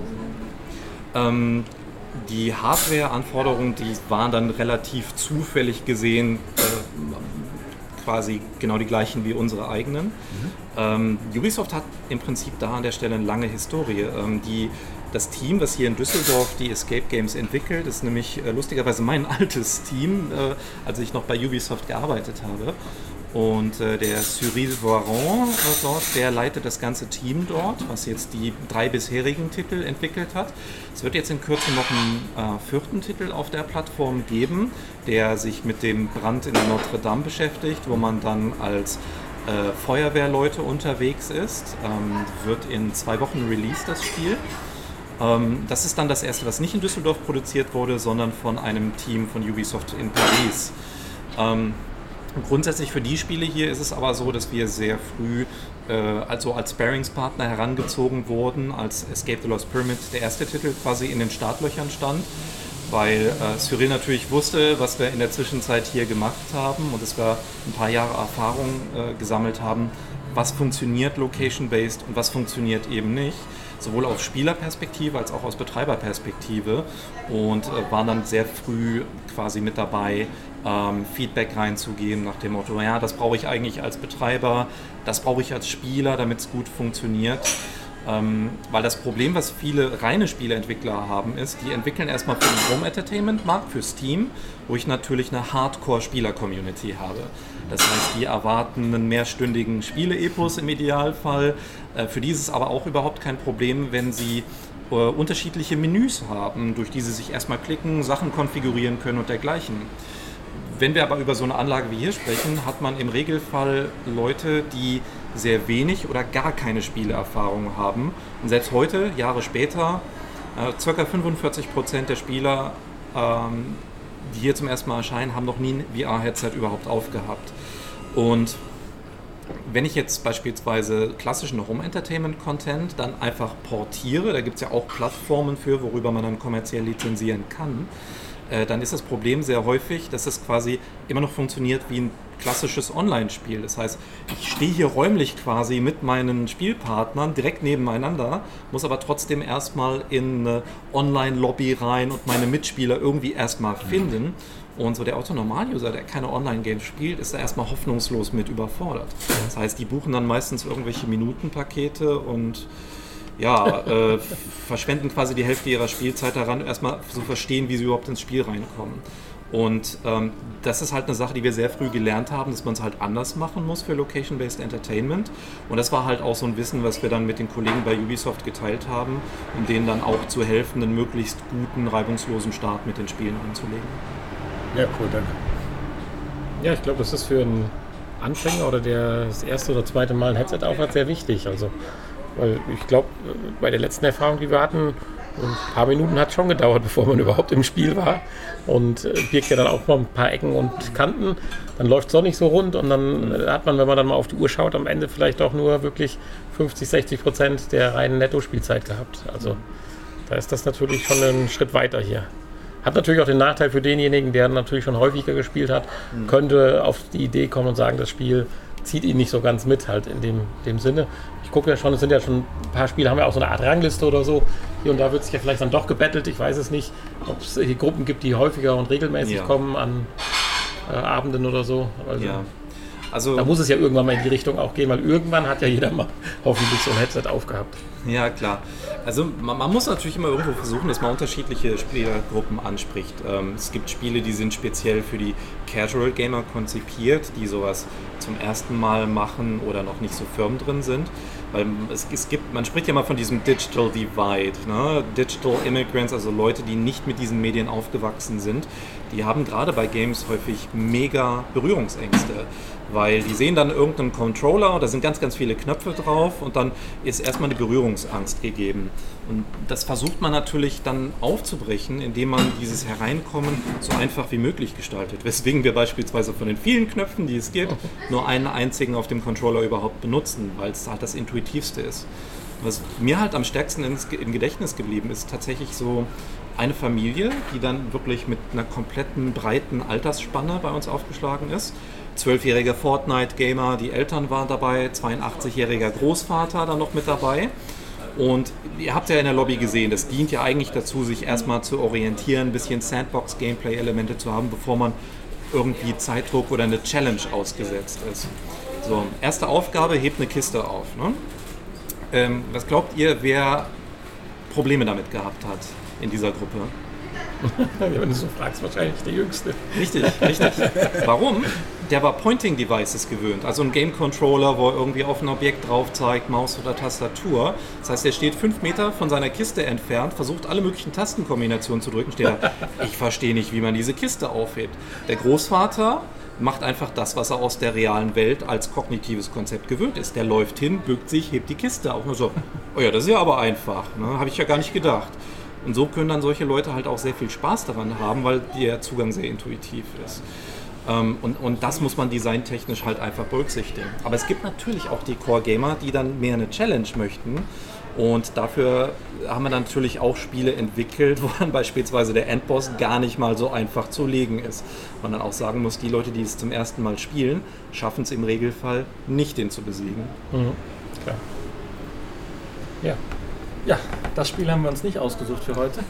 F: Die Hardware-Anforderungen, die waren dann relativ zufällig gesehen quasi genau die gleichen wie unsere eigenen. Ubisoft hat im Prinzip da an der Stelle eine lange Historie. Das Team, das hier in Düsseldorf die Escape Games entwickelt, ist nämlich lustigerweise mein altes Team, als ich noch bei Ubisoft gearbeitet habe. Und der Cyril Voiron dort, der leitet das ganze Team dort, was jetzt die 3 bisherigen Titel entwickelt hat. Es wird jetzt in Kürze noch einen 4. Titel auf der Plattform geben, der sich mit dem Brand in Notre Dame beschäftigt, wo man dann als Feuerwehrleute unterwegs ist. Wird in 2 Wochen released, das Spiel. Das ist dann das erste, was nicht in Düsseldorf produziert wurde, sondern von einem Team von Ubisoft in Paris. Grundsätzlich für die Spiele hier ist es aber so, dass wir sehr früh also als Sparringspartner herangezogen wurden, als Escape the Lost Pyramid der erste Titel quasi in den Startlöchern stand, weil Cyril natürlich wusste, was wir in der Zwischenzeit hier gemacht haben und dass wir ein paar Jahre Erfahrung gesammelt haben, was funktioniert location-based und was funktioniert eben nicht, sowohl aus Spielerperspektive als auch aus Betreiberperspektive und waren dann sehr früh quasi mit dabei, Feedback reinzugeben nach dem Motto, ja, das brauche ich eigentlich als Betreiber, das brauche ich als Spieler, damit es gut funktioniert. Weil das Problem, was viele reine Spieleentwickler haben, ist, die entwickeln erstmal für den Home-Entertainment-Markt, für Steam, wo ich natürlich eine Hardcore-Spieler-Community habe. Das heißt, die erwarten einen mehrstündigen Spiele-Epos im Idealfall. Für die ist es aber auch überhaupt kein Problem, wenn sie unterschiedliche Menüs haben, durch die sie sich erstmal klicken, Sachen konfigurieren können und dergleichen. Wenn wir aber über so eine Anlage wie hier sprechen, hat man im Regelfall Leute, die sehr wenig oder gar keine Spieleerfahrung haben. Und selbst heute, Jahre später, ca. 45% der Spieler, die hier zum ersten Mal erscheinen, haben noch nie ein VR-Headset überhaupt aufgehabt. Und wenn ich jetzt beispielsweise klassischen Home-Entertainment-Content dann einfach portiere, da gibt es ja auch Plattformen für, worüber man dann kommerziell lizenzieren kann, dann ist das Problem sehr häufig, dass es quasi immer noch funktioniert wie ein klassisches Online-Spiel. Das heißt, ich stehe hier räumlich quasi mit meinen Spielpartnern direkt nebeneinander, muss aber trotzdem erstmal in eine Online-Lobby rein und meine Mitspieler irgendwie erstmal finden. Und so der Otto-Normal-User, der keine Online-Games spielt, ist da erstmal hoffnungslos mit überfordert. Das heißt, die buchen dann meistens irgendwelche Minutenpakete und verschwenden quasi die Hälfte ihrer Spielzeit daran, erstmal zu verstehen, wie sie überhaupt ins Spiel reinkommen. Und das ist halt eine Sache, die wir sehr früh gelernt haben, dass man es halt anders machen muss für Location-Based Entertainment. Und das war halt auch so ein Wissen, was wir dann mit den Kollegen bei Ubisoft geteilt haben, um denen dann auch zu helfen, einen möglichst guten, reibungslosen Start mit den Spielen anzulegen.
D: Ja, cool, danke.
C: Ja, ich glaube, das ist für einen Anfänger oder der das erste oder zweite Mal ein Headset aufhat, sehr wichtig. Also, weil ich glaube, bei der letzten Erfahrung, die wir hatten, ein paar Minuten hat es schon gedauert, bevor man überhaupt im Spiel war. Und birgt ja dann auch mal ein paar Ecken und Kanten. Dann läuft es doch nicht so rund und dann hat man, wenn man dann mal auf die Uhr schaut, am Ende vielleicht auch nur wirklich 50-60% der reinen Netto-Spielzeit gehabt. Also da ist das natürlich schon einen Schritt weiter hier. Hat natürlich auch den Nachteil für denjenigen, der natürlich schon häufiger gespielt hat, könnte auf die Idee kommen und sagen, das Spiel zieht ihn nicht so ganz mit, halt in dem Sinne. Ich gucke ja schon, es sind ja schon ein paar Spiele, haben ja auch so eine Art Rangliste oder so. Hier und da wird sich ja vielleicht dann doch gebettelt. Ich weiß es nicht, ob es hier Gruppen gibt, die häufiger und regelmäßig kommen an Abenden oder so. Also da muss es ja irgendwann mal in die Richtung auch gehen, weil irgendwann hat ja jeder mal hoffentlich so ein Headset aufgehabt.
F: Ja, klar. Also man muss natürlich immer irgendwo versuchen, dass man unterschiedliche Spielergruppen anspricht. Es gibt Spiele, die sind speziell für die Casual Gamer konzipiert, die sowas zum ersten Mal machen oder noch nicht so firm drin sind. Weil man spricht ja mal von diesem Digital Divide, ne? Digital Immigrants, also Leute, die nicht mit diesen Medien aufgewachsen sind, die haben gerade bei Games häufig mega Berührungsängste. Weil die sehen dann irgendeinen Controller, da sind ganz, ganz viele Knöpfe drauf und dann ist erstmal die Berührungsängste Berührungsangst gegeben. Und das versucht man natürlich dann aufzubrechen, indem man dieses Hereinkommen so einfach wie möglich gestaltet. Weswegen wir beispielsweise von den vielen Knöpfen, die es gibt, nur einen einzigen auf dem Controller überhaupt benutzen, weil es halt das Intuitivste ist. Was mir halt am stärksten im Gedächtnis geblieben ist, tatsächlich so eine Familie, die dann wirklich mit einer kompletten breiten Altersspanne bei uns aufgeschlagen ist. 12-jähriger Fortnite-Gamer, die Eltern waren dabei, 82-jähriger Großvater dann noch mit dabei. Und ihr habt ja in der Lobby gesehen, das dient ja eigentlich dazu, sich erstmal zu orientieren, ein bisschen Sandbox-Gameplay-Elemente zu haben, bevor man irgendwie Zeitdruck oder eine Challenge ausgesetzt ist. So, erste Aufgabe, hebt eine Kiste auf. Ne? Was glaubt ihr, wer Probleme damit gehabt hat in dieser Gruppe?
C: Wenn du so fragst, wahrscheinlich der Jüngste.
F: Richtig. Warum? Der war Pointing Devices gewöhnt, also ein Game Controller, wo er irgendwie auf ein Objekt drauf zeigt, Maus oder Tastatur. Das heißt, er steht 5 Meter von seiner Kiste entfernt, versucht alle möglichen Tastenkombinationen zu drücken, steht da, ich verstehe nicht, wie man diese Kiste aufhebt. Der Großvater macht einfach das, was er aus der realen Welt als kognitives Konzept gewöhnt ist. Der läuft hin, bückt sich, hebt die Kiste auf. Nur so, oh ja, das ist ja aber einfach, ne? Habe ich ja gar nicht gedacht. Und so können dann solche Leute halt auch sehr viel Spaß daran haben, weil der Zugang sehr intuitiv ist. Und das muss man designtechnisch halt einfach berücksichtigen. Aber es gibt natürlich auch die Core-Gamer, die dann mehr eine Challenge möchten. Und dafür haben wir dann natürlich auch Spiele entwickelt, wo dann beispielsweise der Endboss gar nicht mal so einfach zu legen ist. Man dann auch sagen muss, die Leute, die es zum ersten Mal spielen, schaffen es im Regelfall nicht, den zu besiegen.
C: Mhm. Klar. Ja.
B: Ja, das Spiel haben wir uns nicht ausgesucht für heute.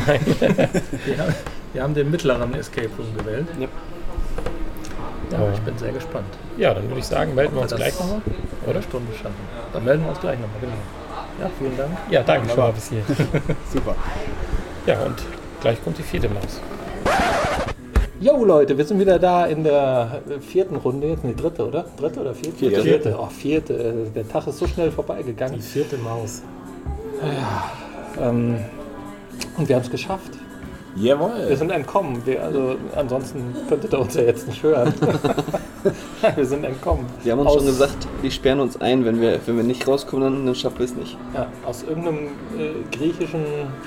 B: wir haben den mittleren Escape Room gewählt. Ja, aber ich bin sehr gespannt.
C: Ja, dann würde ich sagen, melden wir uns gleich nochmal.
B: Oder Stunde schaffen. Dann melden wir uns gleich nochmal, genau. Ja, vielen Dank.
C: Ja, danke schon mal bis hier.
D: Super.
C: Ja, und gleich kommt die 4. Maus. Jo Leute, wir sind wieder da in der 4. Runde, jetzt eine 3., oder? 3. oder 4.? 4. Oh, 4. Der Tag ist so schnell vorbeigegangen.
B: Die 4. Maus.
C: Ja, und wir haben es geschafft.
D: Jawohl.
C: Wir sind entkommen. Ansonsten könntet ihr uns ja jetzt nicht hören. Wir sind entkommen.
E: Wir haben uns schon gesagt, die sperren uns ein, wenn wir nicht rauskommen, dann schaffen wir es nicht.
C: Ja, aus irgendeinem griechischen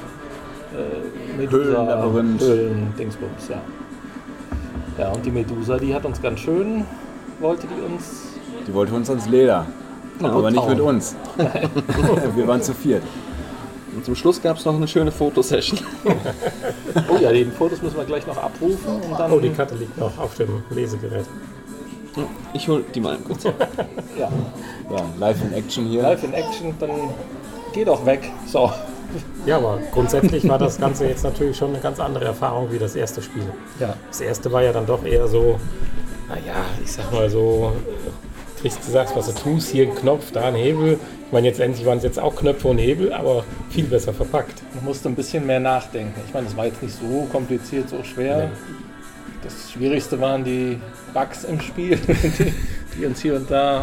C: Höhlen-Dingsbums, ja. Ja, und die Medusa, die hat uns ganz schön,
D: Die wollte uns ans Leder. Aber nicht mit uns. Wir waren zu 4.
E: Und zum Schluss gab es noch eine schöne Fotosession.
C: Oh ja, die Fotos müssen wir gleich noch abrufen. Und dann
B: die Karte liegt noch auf dem Lesegerät.
E: Ich hol die mal kurz.
C: Ja.
D: Ja, live in Action hier.
C: Live in Action, dann geh doch weg. So.
B: Ja, aber grundsätzlich war das Ganze jetzt natürlich schon eine ganz andere Erfahrung wie das erste Spiel.
C: Ja.
B: Das erste war ja dann doch eher so, naja, ich sag mal so, kriegst du sagst, was du tust, hier ein Knopf, da ein Hebel. Ich meine, letztendlich waren es jetzt auch Knöpfe und Hebel, aber viel besser verpackt.
C: Man musste ein bisschen mehr nachdenken. Ich meine, das war jetzt nicht so kompliziert, so schwer.
B: Nee.
C: Das Schwierigste waren die Bugs im Spiel, die uns hier und da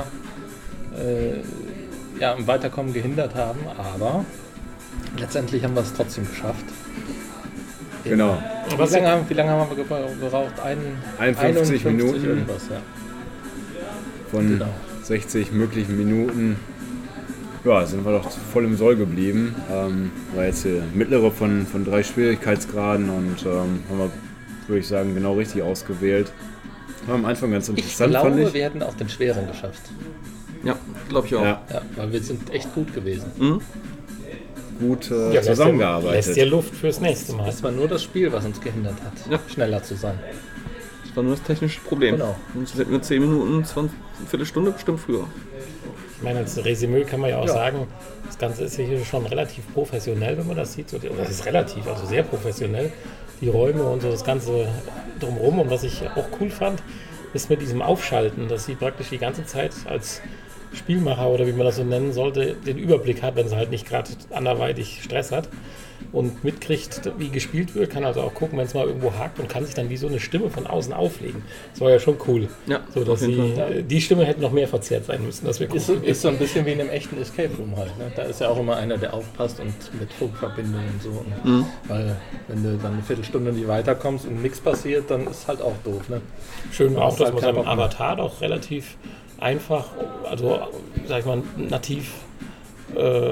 C: im Weiterkommen gehindert haben. Aber letztendlich haben wir es trotzdem geschafft.
D: Genau.
C: Wie lange haben wir gebraucht?
D: 51 Minuten.
C: Irgendwas, ja.
D: Von 60 möglichen Minuten. Ja, sind wir doch voll im Soll geblieben. War jetzt der mittlere von 3 Schwierigkeitsgraden und haben wir, würde ich sagen, genau richtig ausgewählt. War am Anfang ganz interessant, fand ich.
C: Wir hätten auch den schweren geschafft.
E: Ja, glaube ich auch.
D: Ja.
C: Ja, weil wir sind echt gut gewesen.
E: Mhm.
D: Gut zusammengearbeitet.
B: Lässt dir Luft fürs nächste Mal.
C: Es war nur das Spiel, was uns gehindert hat, schneller zu sein.
E: Das war nur das technische Problem.
C: Genau.
E: Sonst hätten wir 10 Minuten, 20, Viertelstunde bestimmt früher.
B: Ich meine, als Resümee kann man ja auch sagen, das Ganze ist hier schon relativ professionell, wenn man das sieht. Oder das ist relativ, also sehr professionell. Die Räume und so das Ganze drumherum. Und was ich auch cool fand, ist mit diesem Aufschalten, dass sie praktisch die ganze Zeit als Spielmacher oder wie man das so nennen sollte, den Überblick hat, wenn sie halt nicht gerade anderweitig Stress hat und mitkriegt, wie gespielt wird, kann also auch gucken, wenn es mal irgendwo hakt und kann sich dann wie so eine Stimme von außen auflegen. Das war ja schon cool.
E: Ja,
B: so, dass die Stimme hätte noch mehr verzerrt sein müssen. Das wäre cool.
C: Ist so ein bisschen wie in einem echten Escape Room halt. Ne? Da ist ja auch immer einer, der aufpasst und mit Funkverbindung und so. Und weil wenn du dann eine Viertelstunde nicht weiterkommst und nichts passiert, dann ist halt auch doof. Ne?
B: Schön war auch, dass man
C: halt
B: seinem Avatar doch relativ einfach, also sag ich mal, nativ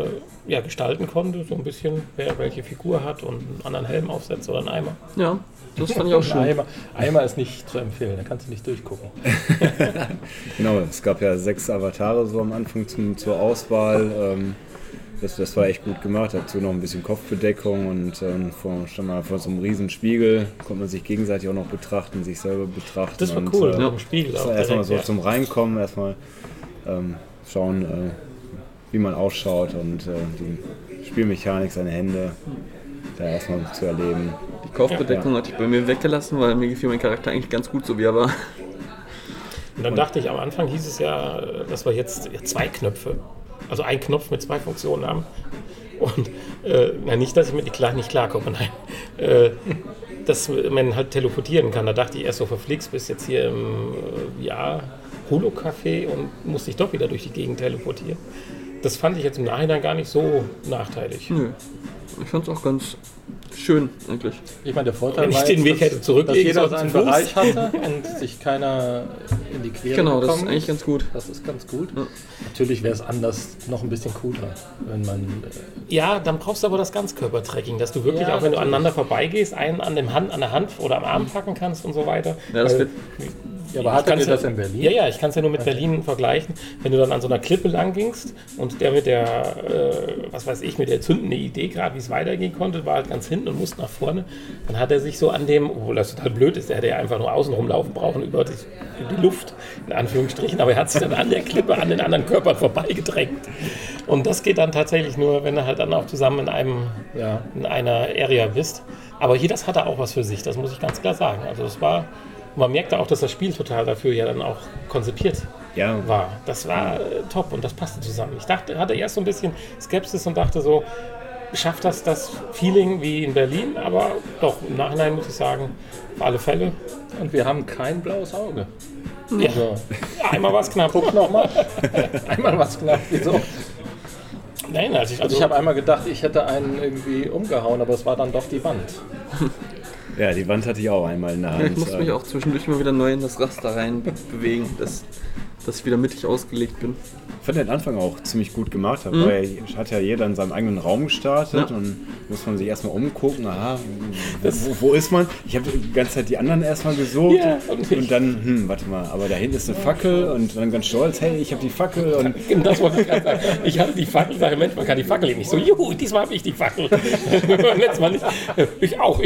C: gestalten konnte, so ein bisschen, wer welche Figur hat und einen anderen Helm aufsetzt oder einen Eimer.
E: Ja, das fand ich auch schön.
B: Eimer ist nicht zu empfehlen, da kannst du nicht durchgucken.
D: Genau, es gab ja 6 Avatare so am Anfang zur Auswahl. Das war echt gut gemacht. Dazu noch ein bisschen Kopfbedeckung und stand mal vor so einem riesen Spiegel, konnte man sich gegenseitig auch noch betrachten, sich selber betrachten.
C: Das war cool, im Spiegel auch.
D: Erstmal so zum Reinkommen, erstmal schauen, wie man ausschaut und die Spielmechanik, seine Hände da erstmal zu erleben.
E: Die Kopfbedeckung hatte ich bei mir weggelassen, weil mir gefiel mein Charakter eigentlich ganz gut, so wie er war.
C: Und dann dachte ich, am Anfang hieß es ja, dass wir jetzt 2 Knöpfe, also ein Knopf mit 2 Funktionen haben. Und nicht, dass ich mit nicht klarkomme, nein. Dass man halt teleportieren kann. Da dachte ich erst so, verflixt, bist jetzt hier im Holo-Café und musst dich doch wieder durch die Gegend teleportieren. Das fand ich jetzt im Nachhinein gar nicht so nachteilig.
E: Nö. Ich fand es auch ganz schön, eigentlich.
B: Ich meine, der Vorteil
C: Wenn ich
B: war
C: den
B: jetzt,
C: Weg hätte zurücklegen
B: dass jeder
C: sollen
B: seinen
C: zum Fuß.
B: Bereich hatte und sich keiner in die Quere
E: Genau, das ist
B: bekommt.
E: eigentlich ganz gut.
B: Das ist ganz gut.
E: Ja.
B: Natürlich wäre es anders noch ein bisschen cooler, wenn man...
C: Ja, dann brauchst du aber das Ganzkörpertracking, dass du wirklich,
B: Ja,
C: auch wenn du
B: natürlich.
C: aneinander vorbeigehst, einen an der Hand oder am Arm packen kannst und so weiter.
E: Ja, das wird
B: Ja, aber hattet ihr das in Berlin?
C: Ja, ich kann es ja nur mit Berlin vergleichen. Wenn du dann an so einer Klippe lang gingst und der mit der, mit der zündenden Idee, gerade wie es weitergehen konnte, war halt ganz hinten und musste nach vorne, dann hat er sich so an dem, obwohl das total blöd ist, der hätte ja einfach nur außen rumlaufen brauchen über die Luft, in Anführungsstrichen, aber er hat sich dann an der Klippe an den anderen Körpern vorbeigedrängt. Und das geht dann tatsächlich nur, wenn du halt dann auch zusammen in einer Area bist. Aber hier, das hatte auch was für sich, das muss ich ganz klar sagen. Also das war... Man merkte auch, dass das Spiel total dafür ja dann auch konzipiert war. Das war top und das passte zusammen. Ich hatte erst so ein bisschen Skepsis und dachte so, schafft das Feeling wie in Berlin? Aber doch, im Nachhinein muss ich sagen, auf alle Fälle.
B: Und wir haben kein blaues Auge.
C: Ja.
B: Also,
C: Einmal war es knapp.
B: guck nochmal. Einmal was knapp. Wieso?
C: Nein,
B: Also ich habe einmal gedacht, ich hätte einen irgendwie umgehauen, aber es war dann doch die Wand.
D: Ja, die Wand hatte ich auch einmal in der Hand.
E: Ja, ich muss mich auch zwischendurch mal wieder neu in das Raster rein bewegen, dass ich wieder mittig ausgelegt bin.
D: Ich fand den Anfang auch ziemlich gut gemacht, weil hat ja jeder in seinem eigenen Raum gestartet und muss man sich erstmal umgucken, wo ist man? Ich habe die ganze Zeit die anderen erstmal gesucht und dann, warte mal, aber da hinten ist eine Fackel und dann ganz stolz, hey, ich habe die Fackel und
C: Das wollte ich gerade sagen. Ich hatte die Fackel, sage, Mensch, man kann die Fackel eben nicht so, juhu, diesmal habe ich die Fackel. Letztes Mal nicht. Ich auch.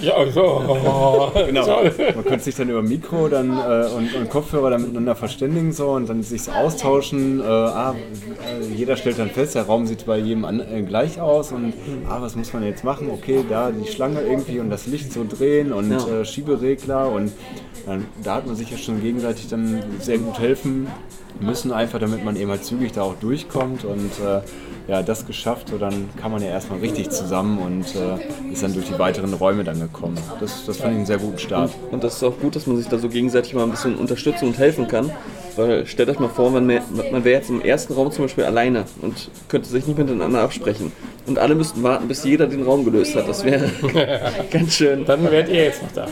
C: So.
D: genau,
C: Toll.
D: man könnte sich dann über Mikro dann, und Kopfhörer dann miteinander verständigen so und dann sich austauschen. Jeder stellt dann fest, der Raum sieht bei jedem gleich aus und was muss man jetzt machen? Okay, da die Schlange irgendwie und das Licht so drehen und Schieberegler und da hat man sich ja schon gegenseitig dann sehr gut helfen müssen, einfach damit man eben halt zügig da auch durchkommt und das geschafft, so dann kann man ja erstmal richtig zusammen und ist dann durch die weiteren Räume dann gekommen. Das fand ich einen sehr guten Start.
E: Und das ist auch gut, dass man sich da so gegenseitig mal ein bisschen unterstützen und helfen kann. Weil stellt euch mal vor, man wäre jetzt im ersten Raum zum Beispiel alleine und könnte sich nicht miteinander absprechen. Und alle müssten warten, bis jeder den Raum gelöst hat. Das wäre ganz schön.
C: Dann wärt ihr jetzt noch da.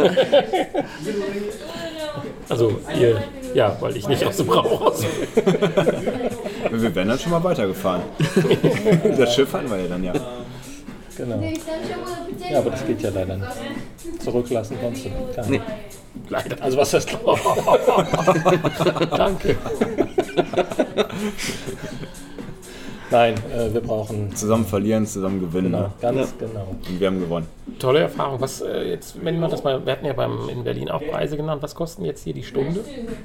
C: Also ihr, weil ich nicht aus dem Raum raus.
D: Wir wären dann schon mal weitergefahren. Das Schiff hatten wir ja dann, ja.
B: Genau. Ja, aber das geht ja leider nicht. Zurücklassen konntest du gar nicht.
C: Leider. Also was heißt Danke.
B: Nein, wir brauchen...
D: Zusammen verlieren, zusammen gewinnen.
B: Genau, ganz genau.
D: Und wir haben gewonnen.
C: Tolle Erfahrung. Was jetzt, wenn man das mal, wir hatten ja in Berlin auch Preise genannt, was kosten jetzt hier die Stunde?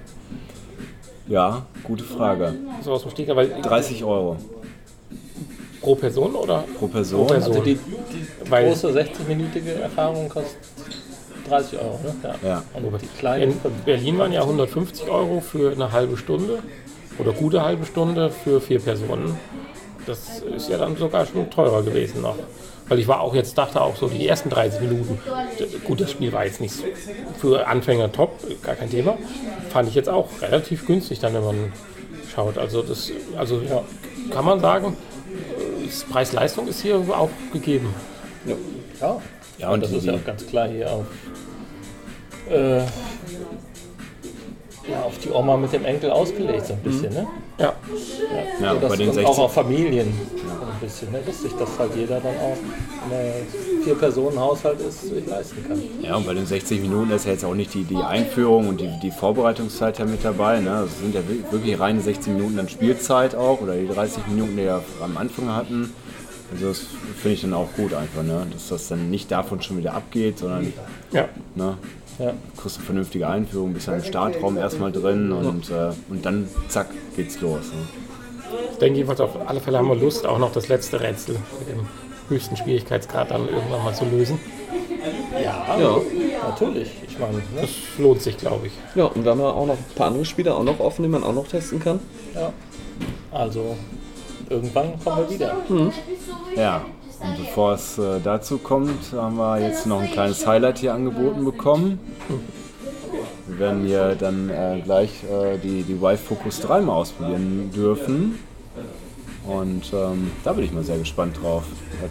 D: Ja, gute Frage.
C: So aus dem Stegreif, weil
D: 30 €
C: pro Person oder?
D: pro Person.
B: Also die
C: Weil-
B: große 60-minütige Erfahrung kostet 30 €, ne?
D: Ja.
B: Und die kleine...
C: In Berlin waren ja 150 € für eine halbe Stunde oder gute halbe Stunde für 4 Personen. Das ist ja dann sogar schon teurer gewesen noch. Weil ich dachte auch so, die ersten 30 Minuten, gut, das Spiel war jetzt nicht für Anfänger top, gar kein Thema. Fand ich jetzt auch relativ günstig dann, wenn man schaut. Also kann man sagen, Preis-Leistung ist hier auch gegeben.
B: Ja, und das ist ja auch ganz klar hier auf auf die Oma mit dem Enkel ausgelegt, so ein bisschen, ne?
C: Ja.
D: Ja,
B: So,
D: bei den
B: und
D: 60.
B: auch auf Familien so ein bisschen, ne? Dass sich das halt jeder dann auch in einer 4-Personen-Haushalt ist, sich leisten kann.
D: Ja, und bei den 60 Minuten ist ja jetzt auch nicht die Einführung und die Vorbereitungszeit ja mit dabei. Ne? Das sind ja wirklich reine 60 Minuten dann Spielzeit auch oder die 30 Minuten, die wir am Anfang hatten. Also das finde ich dann auch gut einfach, ne? Dass das dann nicht davon schon wieder abgeht, sondern
C: Ja.
D: ne?
B: Ja.
D: Kriegst eine vernünftige Einführung, bist dann im Startraum erstmal drin und dann zack, geht's los. Ne?
C: Ich denke jedenfalls auf alle Fälle haben wir Lust, auch noch das letzte Rätsel mit dem höchsten Schwierigkeitsgrad dann irgendwann mal zu lösen.
B: Ja, natürlich. Ich meine, ne?
C: Das lohnt sich, glaube ich.
E: Ja, und wir haben ja auch noch ein paar andere Spiele auch noch offen, die man auch noch testen kann.
B: Ja. Also, irgendwann kommen wir wieder.
D: Ja, und bevor es dazu kommt, haben wir jetzt noch ein kleines Highlight hier angeboten bekommen. Wir werden hier dann gleich die Vive Focus 3 mal ausprobieren dürfen. Und da bin ich mal sehr gespannt drauf.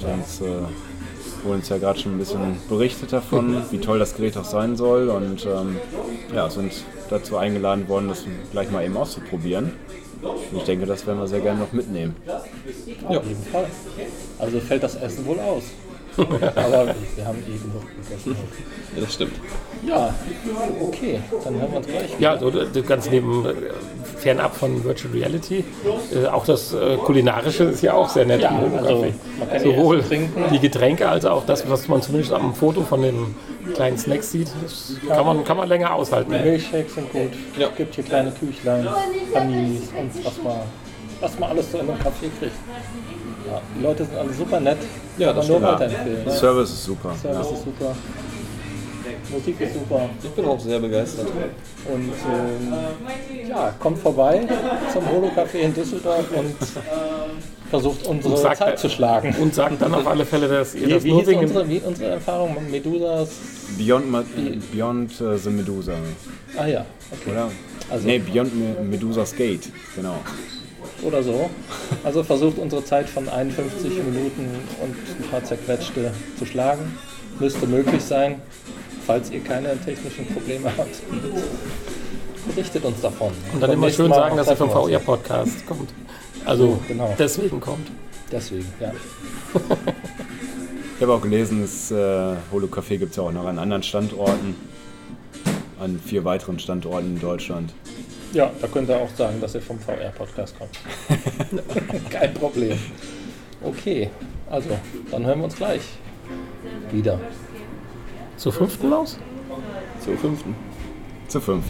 D: Wurde uns ja gerade schon ein bisschen berichtet davon, wie toll das Gerät auch sein soll. Und sind dazu eingeladen worden, das gleich mal eben auszuprobieren. Und ich denke, das werden wir sehr gerne noch mitnehmen.
B: Ja, auf jeden Fall. Also fällt das Essen wohl aus. Aber wir haben genug gegessen.
E: Ja, das stimmt.
B: Ja, okay, dann hören wir uns gleich.
C: Ja, also ganz fernab von Virtual Reality. Auch das Kulinarische ist ja auch sehr nett.
B: Ja,
C: im
B: also
C: Café.
B: man kann
C: Sowohl
B: trinken.
C: die Getränke als auch das, was man zumindest am Foto von den kleinen Snacks sieht. Das kann man länger aushalten.
B: Die Milchshakes sind gut.
E: Ja.
B: Gibt hier kleine Küchlein, Paninis und was man alles so in einem Café kriegt. Ja, die Leute sind alle super nett.
E: Ja,
B: Kann
E: das
B: man nur
E: stimmt.
B: weiterempfehlen.
D: Der
B: Ne?
D: Service ist super.
B: Service ist super. Musik ist super.
E: Ich bin auch sehr begeistert.
B: Und kommt vorbei zum Holo-Café in Düsseldorf und versucht unsere
C: Und sagt-
B: Zeit zu schlagen.
C: Und sagt dann auf alle Fälle, dass ihr das
B: Wie
C: nur
B: hieß
C: wegen...
B: unsere Erfahrung mit Medusas?
D: Beyond the Medusa,
B: Ah ja, okay.
D: oder?
B: Also-
D: Nee, Beyond Medusa's Gate, genau.
B: Oder so. Also versucht unsere Zeit von 51 Minuten und ein paar zerquetschte zu schlagen. Müsste möglich sein, falls ihr keine technischen Probleme habt. Berichtet uns davon.
C: Und dann immer schön sagen, dass ihr vom VR-Podcast kommt. Also
B: Genau.
C: deswegen kommt.
B: Deswegen, ja.
D: Ich habe auch gelesen, das Holo-Café gibt es ja auch noch an anderen Standorten. An 4 weiteren Standorten in Deutschland.
B: Ja, da könnt ihr auch sagen, dass ihr vom VR-Podcast kommt. Kein Problem. Okay, also, dann hören wir uns gleich wieder.
C: Zur 5. Maus?
E: Zur 5.
D: Zur 5.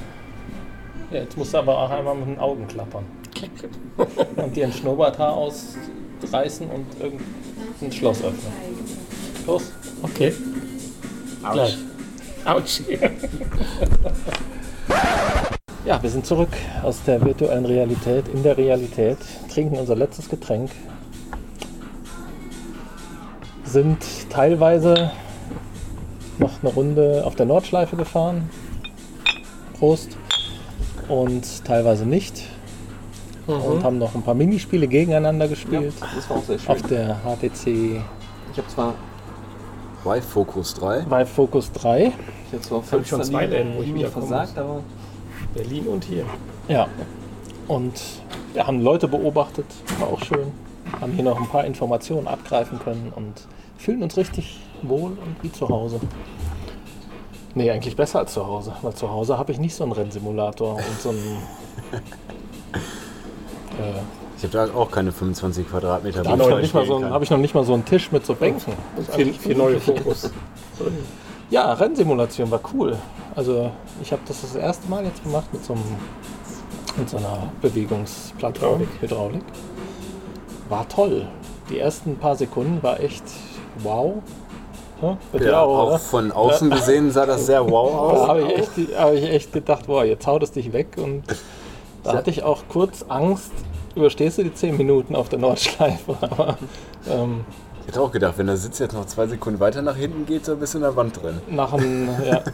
B: Ja, jetzt musst du aber auch einmal mit den Augen klappern. Und dir ein Schnurrbarthaar ausreißen und irgendein Schloss öffnen. Los.
C: Okay. Gleich. Autsch.
B: Ja, wir sind zurück aus der virtuellen Realität in der Realität, trinken unser letztes Getränk, sind teilweise noch eine Runde auf der Nordschleife gefahren, Prost, und teilweise nicht und haben noch ein paar Minispiele gegeneinander gespielt
E: Das war auch sehr schön.
B: auf der HTC
E: Ich habe zwar
D: Vive Focus 3.
B: Vive Focus 3.
C: Hab ich schon 2 Läden, wo ich wieder
E: versagt, aber
C: Berlin und hier.
B: Ja, und wir haben Leute beobachtet, war auch schön. Haben hier noch ein paar Informationen abgreifen können und fühlen uns richtig wohl und wie zu Hause. Nee, eigentlich besser als zu Hause, weil zu Hause habe ich nicht so einen Rennsimulator und so einen...
D: Ich habe da auch keine 25 Quadratmeter.
B: habe
D: wo
B: ich,
D: ich
B: noch nicht mal so
D: spielen
B: hab ich noch nicht mal so einen Tisch mit so Bänken.
C: Vier neue Fokus.
B: Ja, Rennsimulation war cool. Also ich habe das erste Mal jetzt gemacht mit so einer Bewegungsplattform, Hydraulik. War toll. Die ersten paar Sekunden war echt wow. Ja, bei dir
D: Ja,
B: auch, oder?
D: auch von außen gesehen sah das sehr wow
B: Da
D: aus.
B: habe ich echt gedacht, boah, jetzt haut es dich weg. Und da hatte ich auch kurz Angst, überstehst du die 10 Minuten auf der Nordschleife. Aber
D: Ich hätte auch gedacht, wenn der Sitz jetzt noch 2 Sekunden weiter nach hinten geht, so bist du in der Wand drin.
B: nach ein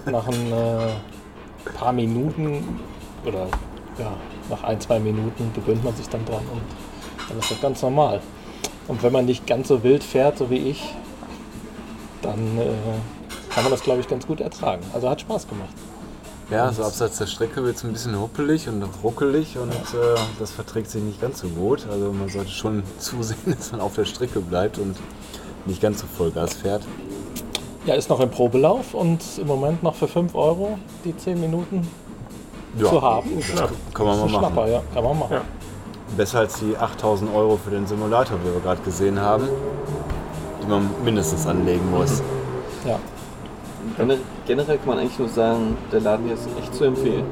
B: paar Minuten oder ja, nach 1-2 Minuten gewöhnt man sich dann dran und dann ist das ganz normal. Und wenn man nicht ganz so wild fährt, so wie ich, dann kann man das, glaube ich, ganz gut ertragen. Also hat Spaß gemacht.
D: Ja, so abseits der Strecke wird es ein bisschen huppelig und ruckelig und das verträgt sich nicht ganz so gut. Also man sollte schon zusehen, dass man auf der Strecke bleibt und nicht ganz so Vollgas fährt.
B: Ja, ist noch im Probelauf und im Moment noch für 5 € die 10 Minuten zu haben.
D: Das kann man mal machen.
B: Schnapper, ja, kann man machen.
C: Ja.
D: Besser als die 8.000 € für den Simulator, wie wir gerade gesehen haben, die man mindestens anlegen muss.
B: Ja.
E: Generell kann man eigentlich nur sagen, der Laden hier ist echt zu empfehlen.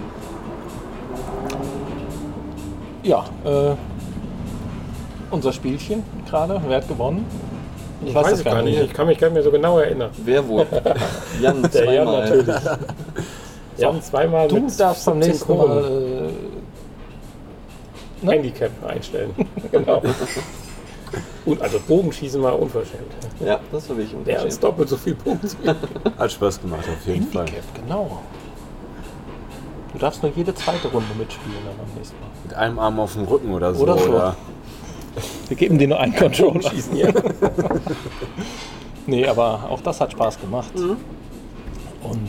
B: Ja, unser Spielchen gerade, wer hat gewonnen?
C: Ich weiß es gar nicht. Ich kann mich gar nicht mehr so genau erinnern.
E: Wer wohl? Jan
C: Der Jan
E: zweimal.
C: natürlich. Jan zweimal
B: Du
C: mit
B: darfst am
C: 17
B: nächsten
C: Kronen
B: Mal
C: Handicap einstellen. Genau. Und also Bogenschießen war unverschämt.
E: Ja, das war wirklich
C: Der
E: unverschämt.
C: ist doppelt so viel Punkte.
D: Hat Spaß gemacht auf jeden Fall.
B: Handicap, genau. Du darfst nur jede zweite Runde mitspielen dann am nächsten Mal.
D: Mit einem Arm auf dem Rücken oder so.
B: Oder so. Wir geben dir nur einen Controller.
C: Schießen, ja.
B: Nee, aber auch das hat Spaß gemacht. Und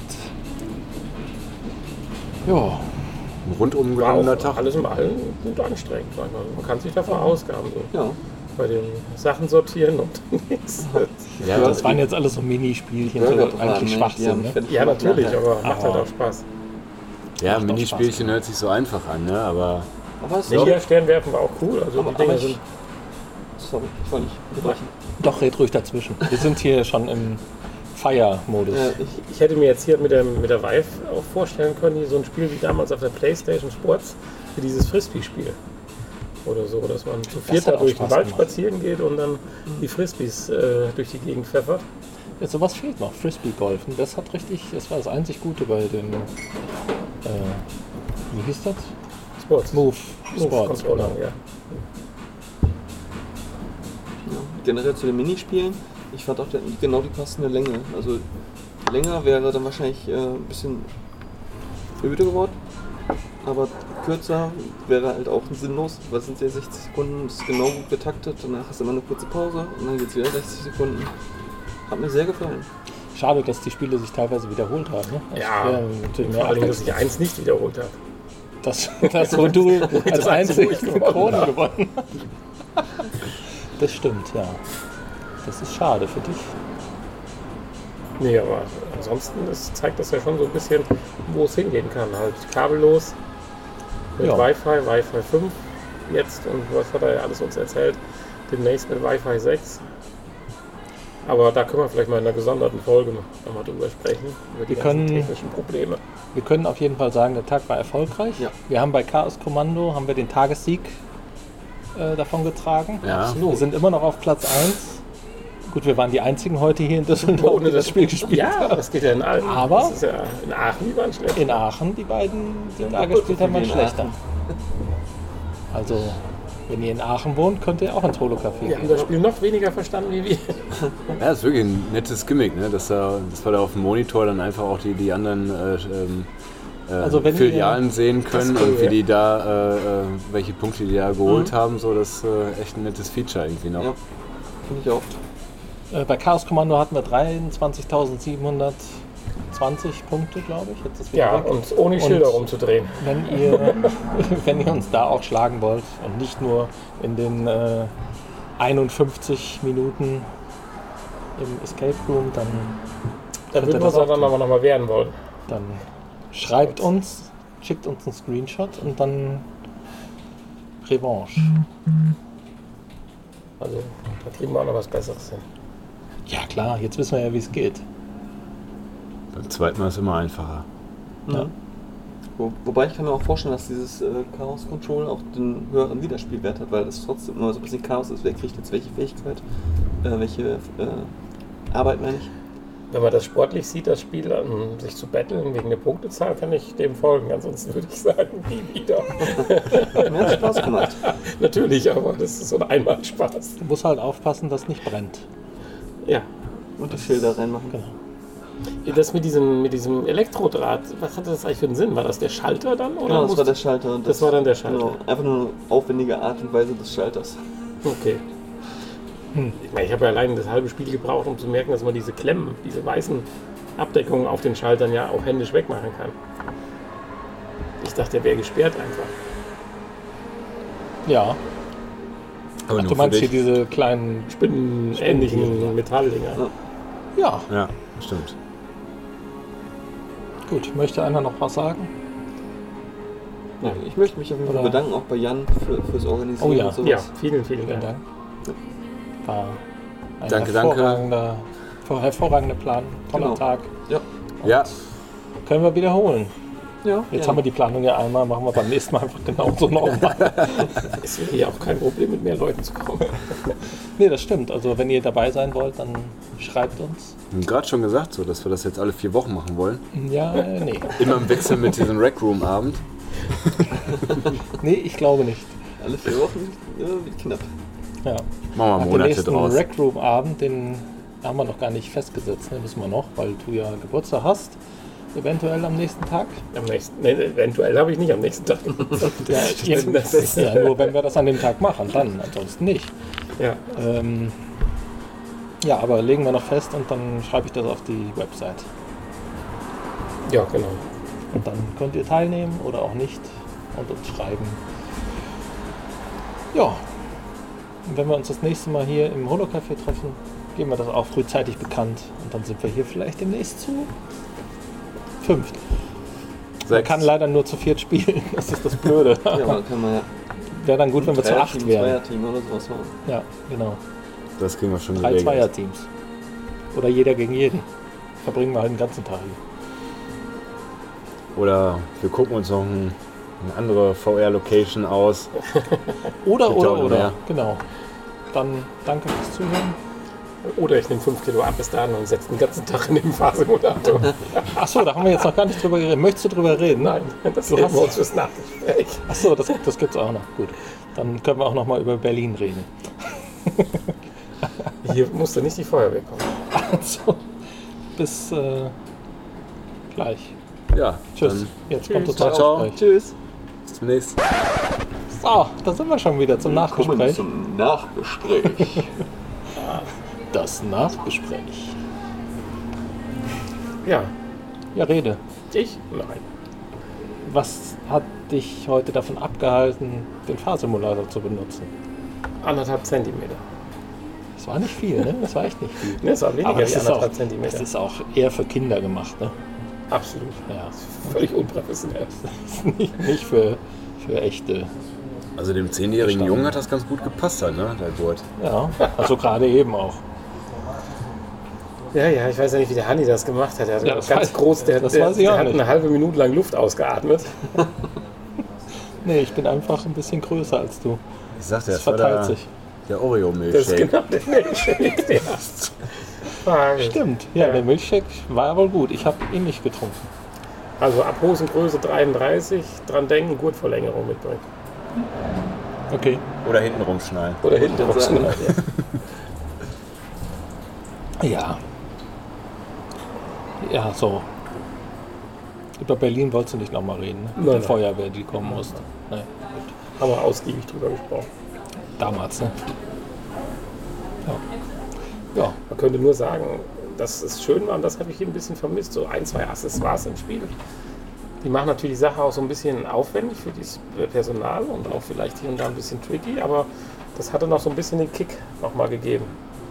B: ja,
D: Ein rundum
C: War
D: gelungener
C: auch
D: Tag.
C: alles in allem gut anstrengend. Sag ich mal. Man kann sich da verausgaben. So.
E: Ja.
C: Bei den Sachen sortieren und nichts.
D: Ja,
B: das waren jetzt alles so Minispielchen, so
E: Burgerbraten,
B: eigentlich
E: ne?
B: Schwachsinn.
E: Die
B: Ne?
E: haben
C: Ja, natürlich,
E: nachher.
C: aber macht halt auch Spaß.
D: ja,
B: Macht auch
D: Minispielchen hört sich so einfach an, ne? Aber
E: Aber es ist
C: Ninja-Sternwerfen war auch cool. Also
E: Aber-
C: die Dinger
E: aber
C: sind.
E: Sorry, ich wollte nicht unterbrechen.
B: Doch, red ruhig dazwischen. Wir sind hier schon im Fire-Modus.
C: Ich hätte mir jetzt hier mit der Vive auch vorstellen können, hier so ein Spiel wie damals auf der PlayStation Sports, für dieses Frisbee-Spiel. Oder so, dass man zu viert
B: hat
C: da
B: auch
C: durch den
B: Spaß
C: Wald
B: gemacht.
C: spazieren geht und dann die Frisbees durch die Gegend pfeffert.
B: Ja, sowas fehlt noch, Frisbee-Golfen. Das hat richtig, das war das einzig Gute bei den, wie hieß das?
C: Sports.
B: Move Sports.
C: Controller,
B: Genau.
C: ja.
E: Ja. Generell zu den Minispielen, ich fand auch genau die passende Länge. Also länger wäre dann wahrscheinlich ein bisschen öde geworden, aber kürzer wäre halt auch sinnlos, weil es sind ja 60 Sekunden, das ist genau gut getaktet, danach ist immer eine kurze Pause und dann geht es wieder 60 Sekunden. Hat mir sehr gefallen.
B: Schade, dass die Spiele sich teilweise wiederholt haben. Ne? Das
C: Ja,
B: wäre natürlich mehr
C: vor allem, dass
B: Abwechslung.
C: ich eins nicht wiederholt habe.
B: Das wo du als
C: das Einzige, wo ich
B: einzige
C: gewonnen
B: Krone
C: habe.
B: gewonnen hast. Das stimmt, ja. Das ist schade für dich.
C: Nee, aber ansonsten zeigt das ja schon so ein bisschen, wo es hingehen kann. Halt kabellos, mit
B: Ja.
C: Wi-Fi, Wi-Fi 5 jetzt und was hat er ja alles uns erzählt, demnächst mit Wi-Fi 6. Aber da können wir vielleicht mal in einer gesonderten Folge nochmal drüber sprechen, über die
B: Wir
C: ganzen
B: können-
C: technischen Probleme.
B: Wir können auf jeden Fall sagen, der Tag war erfolgreich.
E: Ja.
B: Wir haben bei Chaos Kommando haben wir den Tagessieg davon getragen.
D: ja,
B: Wir sind immer noch auf Platz 1. Gut, wir waren die einzigen heute hier in Düsseldorf, die das Spiel gespielt
C: Ja,
B: haben.
C: das geht ja in allen.
B: Aber-
C: das ist ja in Aachen, die waren schlecht.
B: In Aachen, die beiden, die da
E: doppelt
B: gespielt
E: so
B: haben, waren
E: viel in
B: schlechter.
E: Aachen.
B: Also, wenn ihr in Aachen wohnt, könnt ihr auch ins Holo-Café
C: Wir haben
B: gehen.
C: das Spiel noch weniger verstanden wie wir.
D: ja, das ist wirklich ein nettes Gimmick, ne? Dass wir da auf dem Monitor dann einfach auch die anderen
B: Also wenn
D: Filialen sehen können
C: cool,
D: und wie
C: ja.
D: die da, welche Punkte die da geholt haben. So, das ist echt ein nettes Feature irgendwie noch.
E: Ja, finde ich auch.
B: Bei Chaos Kommando hatten wir 23.720 Punkte, glaube ich. Jetzt ist wieder
C: Ja,
B: weg.
C: und ohne Schilder rumzudrehen.
B: Wenn ihr uns da auch schlagen wollt und nicht nur in den 51 Minuten im Escape Room, dann
C: Da
B: könnt ihr
C: würden wir
B: das
C: uns
B: auch
C: auch dann noch mal wehren wollen.
B: Dann schreibt uns, schickt uns einen Screenshot und dann Revanche.
C: Also da kriegen wir auch noch was Besseres hin.
B: Ja klar, jetzt wissen wir ja, wie es geht.
D: Beim zweiten Mal ist es immer einfacher.
B: Ja.
E: Wobei ich kann mir auch vorstellen, dass dieses Chaos Control auch den höheren Wiederspielwert hat, weil es trotzdem immer so ein bisschen Chaos ist. Wer kriegt jetzt welche Fähigkeit, welche Arbeit meine ich.
C: Wenn man das sportlich sieht, das Spiel, sich zu betteln wegen der Punktezahl, kann ich dem folgen. Ansonsten würde ich sagen, nie wieder.
E: Mir hat Spaß gemacht.
C: Natürlich, aber das ist so ein Einmalspaß.
B: Du musst halt aufpassen, dass es nicht brennt.
C: Ja.
E: Und die Schilder reinmachen.
B: Genau.
C: Das mit diesem Elektrodraht, was hatte das eigentlich für einen Sinn? War das der Schalter dann? Oder
E: Genau, das war
C: musste-
E: der Schalter.
C: das war dann der Schalter.
E: Genau, einfach nur eine aufwendige Art und Weise des Schalters.
C: Okay. Ich meine, ich habe ja allein das halbe Spiel gebraucht, um zu merken, dass man diese Klemmen, diese weißen Abdeckungen auf den Schaltern ja auch händisch wegmachen kann. Ich dachte, der wäre gesperrt einfach.
B: Ja.
D: Aber
B: Ach, du meinst hier diese kleinen
C: Spinnenähnlichen Metalldinger.
B: Ja,
D: Ja, stimmt.
B: gut. Möchte einer noch was sagen?
E: Ja, ich möchte mich auf jeden Fall
B: Oder-
E: bedanken, auch bei Jan fürs Organisieren
B: Oh ja.
E: und sowas.
C: Ja, vielen, vielen
B: Vielen
C: Dank.
B: Dank. War ein
D: Danke.
B: hervorragender Plan. Toller
E: Genau.
B: Tag.
D: Ja,
B: Können wir wiederholen.
E: Ja,
B: Jetzt haben wir die Planung ja einmal, machen wir beim nächsten Mal einfach genauso nochmal.
C: Es wäre ja auch kein Problem, mit mehr Leuten zu kommen.
B: Nee, das stimmt. Also wenn ihr dabei sein wollt, dann schreibt uns.
D: wir haben gerade schon gesagt, so, dass wir das jetzt alle 4 Wochen machen wollen.
B: Ja, nee.
D: Immer im Wechsel mit diesem Rec Room Abend.
B: Nee, ich glaube nicht.
E: alle 4 Wochen wird knapp.
B: Ja.
D: Machen wir
B: Den
D: Monate
B: nächsten
D: draus.
B: Rec Room Abend, den haben wir noch gar nicht festgesetzt, ne? Wissen wir noch, weil du ja Geburtstag hast. Eventuell am nächsten Tag.
C: Eventuell habe ich nicht am nächsten Tag.
B: Ja, nur wenn wir das an dem Tag machen, dann. Ansonsten nicht.
C: Ja.
B: Ja, aber legen wir noch fest und dann schreibe ich das auf die Website.
C: Ja, genau.
B: Und dann könnt ihr teilnehmen oder auch nicht und uns schreiben. Ja. Und wenn wir uns das nächste Mal hier im Holo-Café treffen, geben wir das auch frühzeitig bekannt. Und dann sind wir hier vielleicht demnächst zu 5. Man
D: 6.
B: kann leider nur zu 4 spielen. Das ist das Blöde.
E: Ja, aber kann man ja
B: Wäre dann gut, wenn wir zu 8 wären.
E: Zweierteam oder sowas machen.
B: Ja, genau.
D: Das kriegen wir schon
B: 3
D: geregelt.
B: Zweierteams. Oder jeder gegen jeden. Verbringen wir halt den ganzen Tag hier.
D: Oder wir gucken uns noch eine andere VR-Location aus.
B: Oder.
D: mehr.
B: Genau. Dann danke fürs Zuhören.
C: Oder ich nehme 5 Kilo ab bis dahin und setze den ganzen Tag in den Fahrsimulator.
B: Achso, da haben wir jetzt noch gar nicht drüber geredet. Möchtest du drüber reden?
C: Nein, das
B: Du
C: heben
B: hast-
C: wir uns fürs Nachgespräch.
B: Achso, das gibt's auch noch. Gut. Dann können wir auch noch mal über Berlin reden.
C: Hier musste nicht die Feuerwehr kommen.
B: Also, bis gleich.
D: Ja,
B: Tschüss.
D: dann
B: Jetzt kommt das
D: Ciao, ciao.
B: Nachgespräch.
E: Tschüss.
D: bis zum nächsten Mal.
B: So, da sind wir schon wieder zum Nachgespräch.
E: Zum Nachgespräch.
B: Das Nachgespräch.
C: Ja,
B: Ja, rede.
C: ich? Nein.
B: Was hat dich heute davon abgehalten, den Fahrsimulator zu benutzen?
C: 1,5 Zentimeter.
B: Das war nicht viel, ne? Das war echt nicht viel.
C: Ne, es war weniger
B: Aber
C: wie
B: das ist, auch,
C: 1,5
B: das
C: Zentimeter.
B: ist auch eher für Kinder gemacht, ne?
C: Absolut.
B: Ja.
C: Völlig unprofessionell.
B: Das ist nicht für echte.
D: Also dem 10-jährigen Jungen hat das ganz gut gepasst, halt, ne? Der Gurt.
B: Ja, also gerade eben auch.
C: Ja, ich weiß ja nicht, wie der Hanni das gemacht hat. Er hat
B: Ja, das
C: ganz
B: weiß-
C: groß, der
B: das weiß ich auch
C: hat
B: nicht.
C: eine halbe Minute lang Luft ausgeatmet.
B: Nee, ich bin einfach ein bisschen größer als du.
D: Ich sagte,
B: Das
D: das war
B: verteilt
D: der,
B: sich.
D: der
C: Das ist
D: Oreo-Milchshake.
C: genau der Milchshake, der
B: Stimmt, ja, der Milchshake war wohl gut. Ich habe ihn nicht getrunken.
C: Also ab Hosengröße 33, dran denken, Gurtverlängerung mitbringen.
B: Okay.
D: Oder hinten rumschnallen.
C: Oder hinten
E: das sagen.
B: Ja. Ja, so. Über Berlin wolltest du nicht nochmal reden, ne? Mit der
C: Nein.
B: Feuerwehr, die kommen musste. Nee,
C: Haben wir ausgiebig drüber gesprochen.
B: damals, ne? Ja. Ja,
C: Man könnte nur sagen, dass es schön war und das habe ich hier ein bisschen vermisst. So 1, 2 Accessoires im Spiel. Die machen natürlich die Sache auch so ein bisschen aufwendig für das Personal und auch vielleicht hier und da ein bisschen tricky, aber das hatte noch so ein bisschen den Kick nochmal gegeben.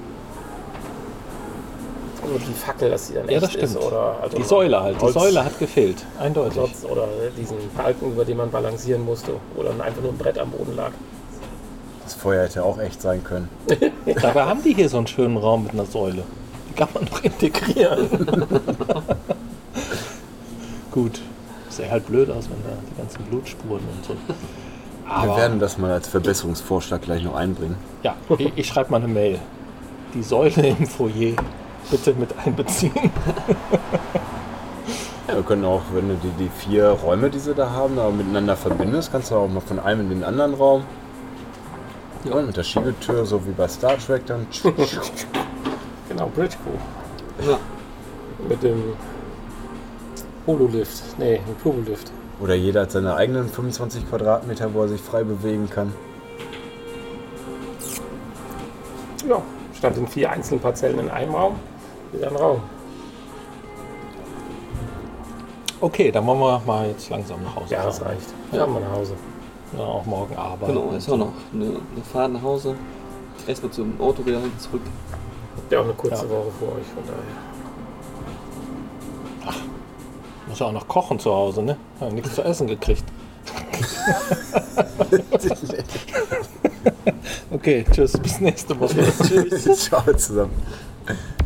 C: Nur die Fackel, dass sie dann
B: Ja,
C: echt
B: das stimmt.
C: ist. Oder also
B: die Säule halt. Die
C: Holz-
B: Säule hat gefehlt. Eindeutig.
C: Klotz oder diesen Balken, über den man balancieren musste. Oder dann einfach nur ein Brett am Boden lag.
D: Das Feuer hätte auch echt sein können.
B: Dabei haben die hier so einen schönen Raum mit einer Säule. Die kann man noch integrieren. Gut. Sähe halt blöd aus, wenn da die ganzen Blutspuren und so.
D: Wir
B: Aber
D: werden das mal als Verbesserungsvorschlag gleich noch einbringen.
B: ja, ich schreibe mal eine Mail. Die Säule im Foyer bitte mit einbeziehen.
D: Ja, wir können auch, wenn du die 4 Räume, die sie da haben, aber miteinander verbindest, kannst du auch mal von einem in den anderen Raum. Ja, mit der Schiebetür, so wie bei Star Trek dann.
C: Genau, Bridge Crew.
E: Ja.
C: Mit dem Hololift. Nee, dem Turbolift.
D: Oder jeder hat seine eigenen 25 Quadratmeter, wo er sich frei bewegen kann.
C: Ja, stand in 4 einzelnen Parzellen in einem Raum. Wieder ein Raum.
B: Okay, dann wollen wir mal jetzt langsam nach Hause
C: Ja, das
B: fahren.
C: reicht. Fahren wir nach Hause.
B: Ja, auch morgen arbeiten.
E: Genau, ist auch noch eine Fahrt nach Hause. Erstmal zum Auto wieder zurück.
C: Habt ihr auch eine kurze
B: Ja.
C: Woche vor euch, von daher.
B: Muss ja auch noch kochen zu Hause, ne? Ja, nichts zu essen gekriegt. Okay, tschüss, bis nächste Woche.
D: Ciao zusammen.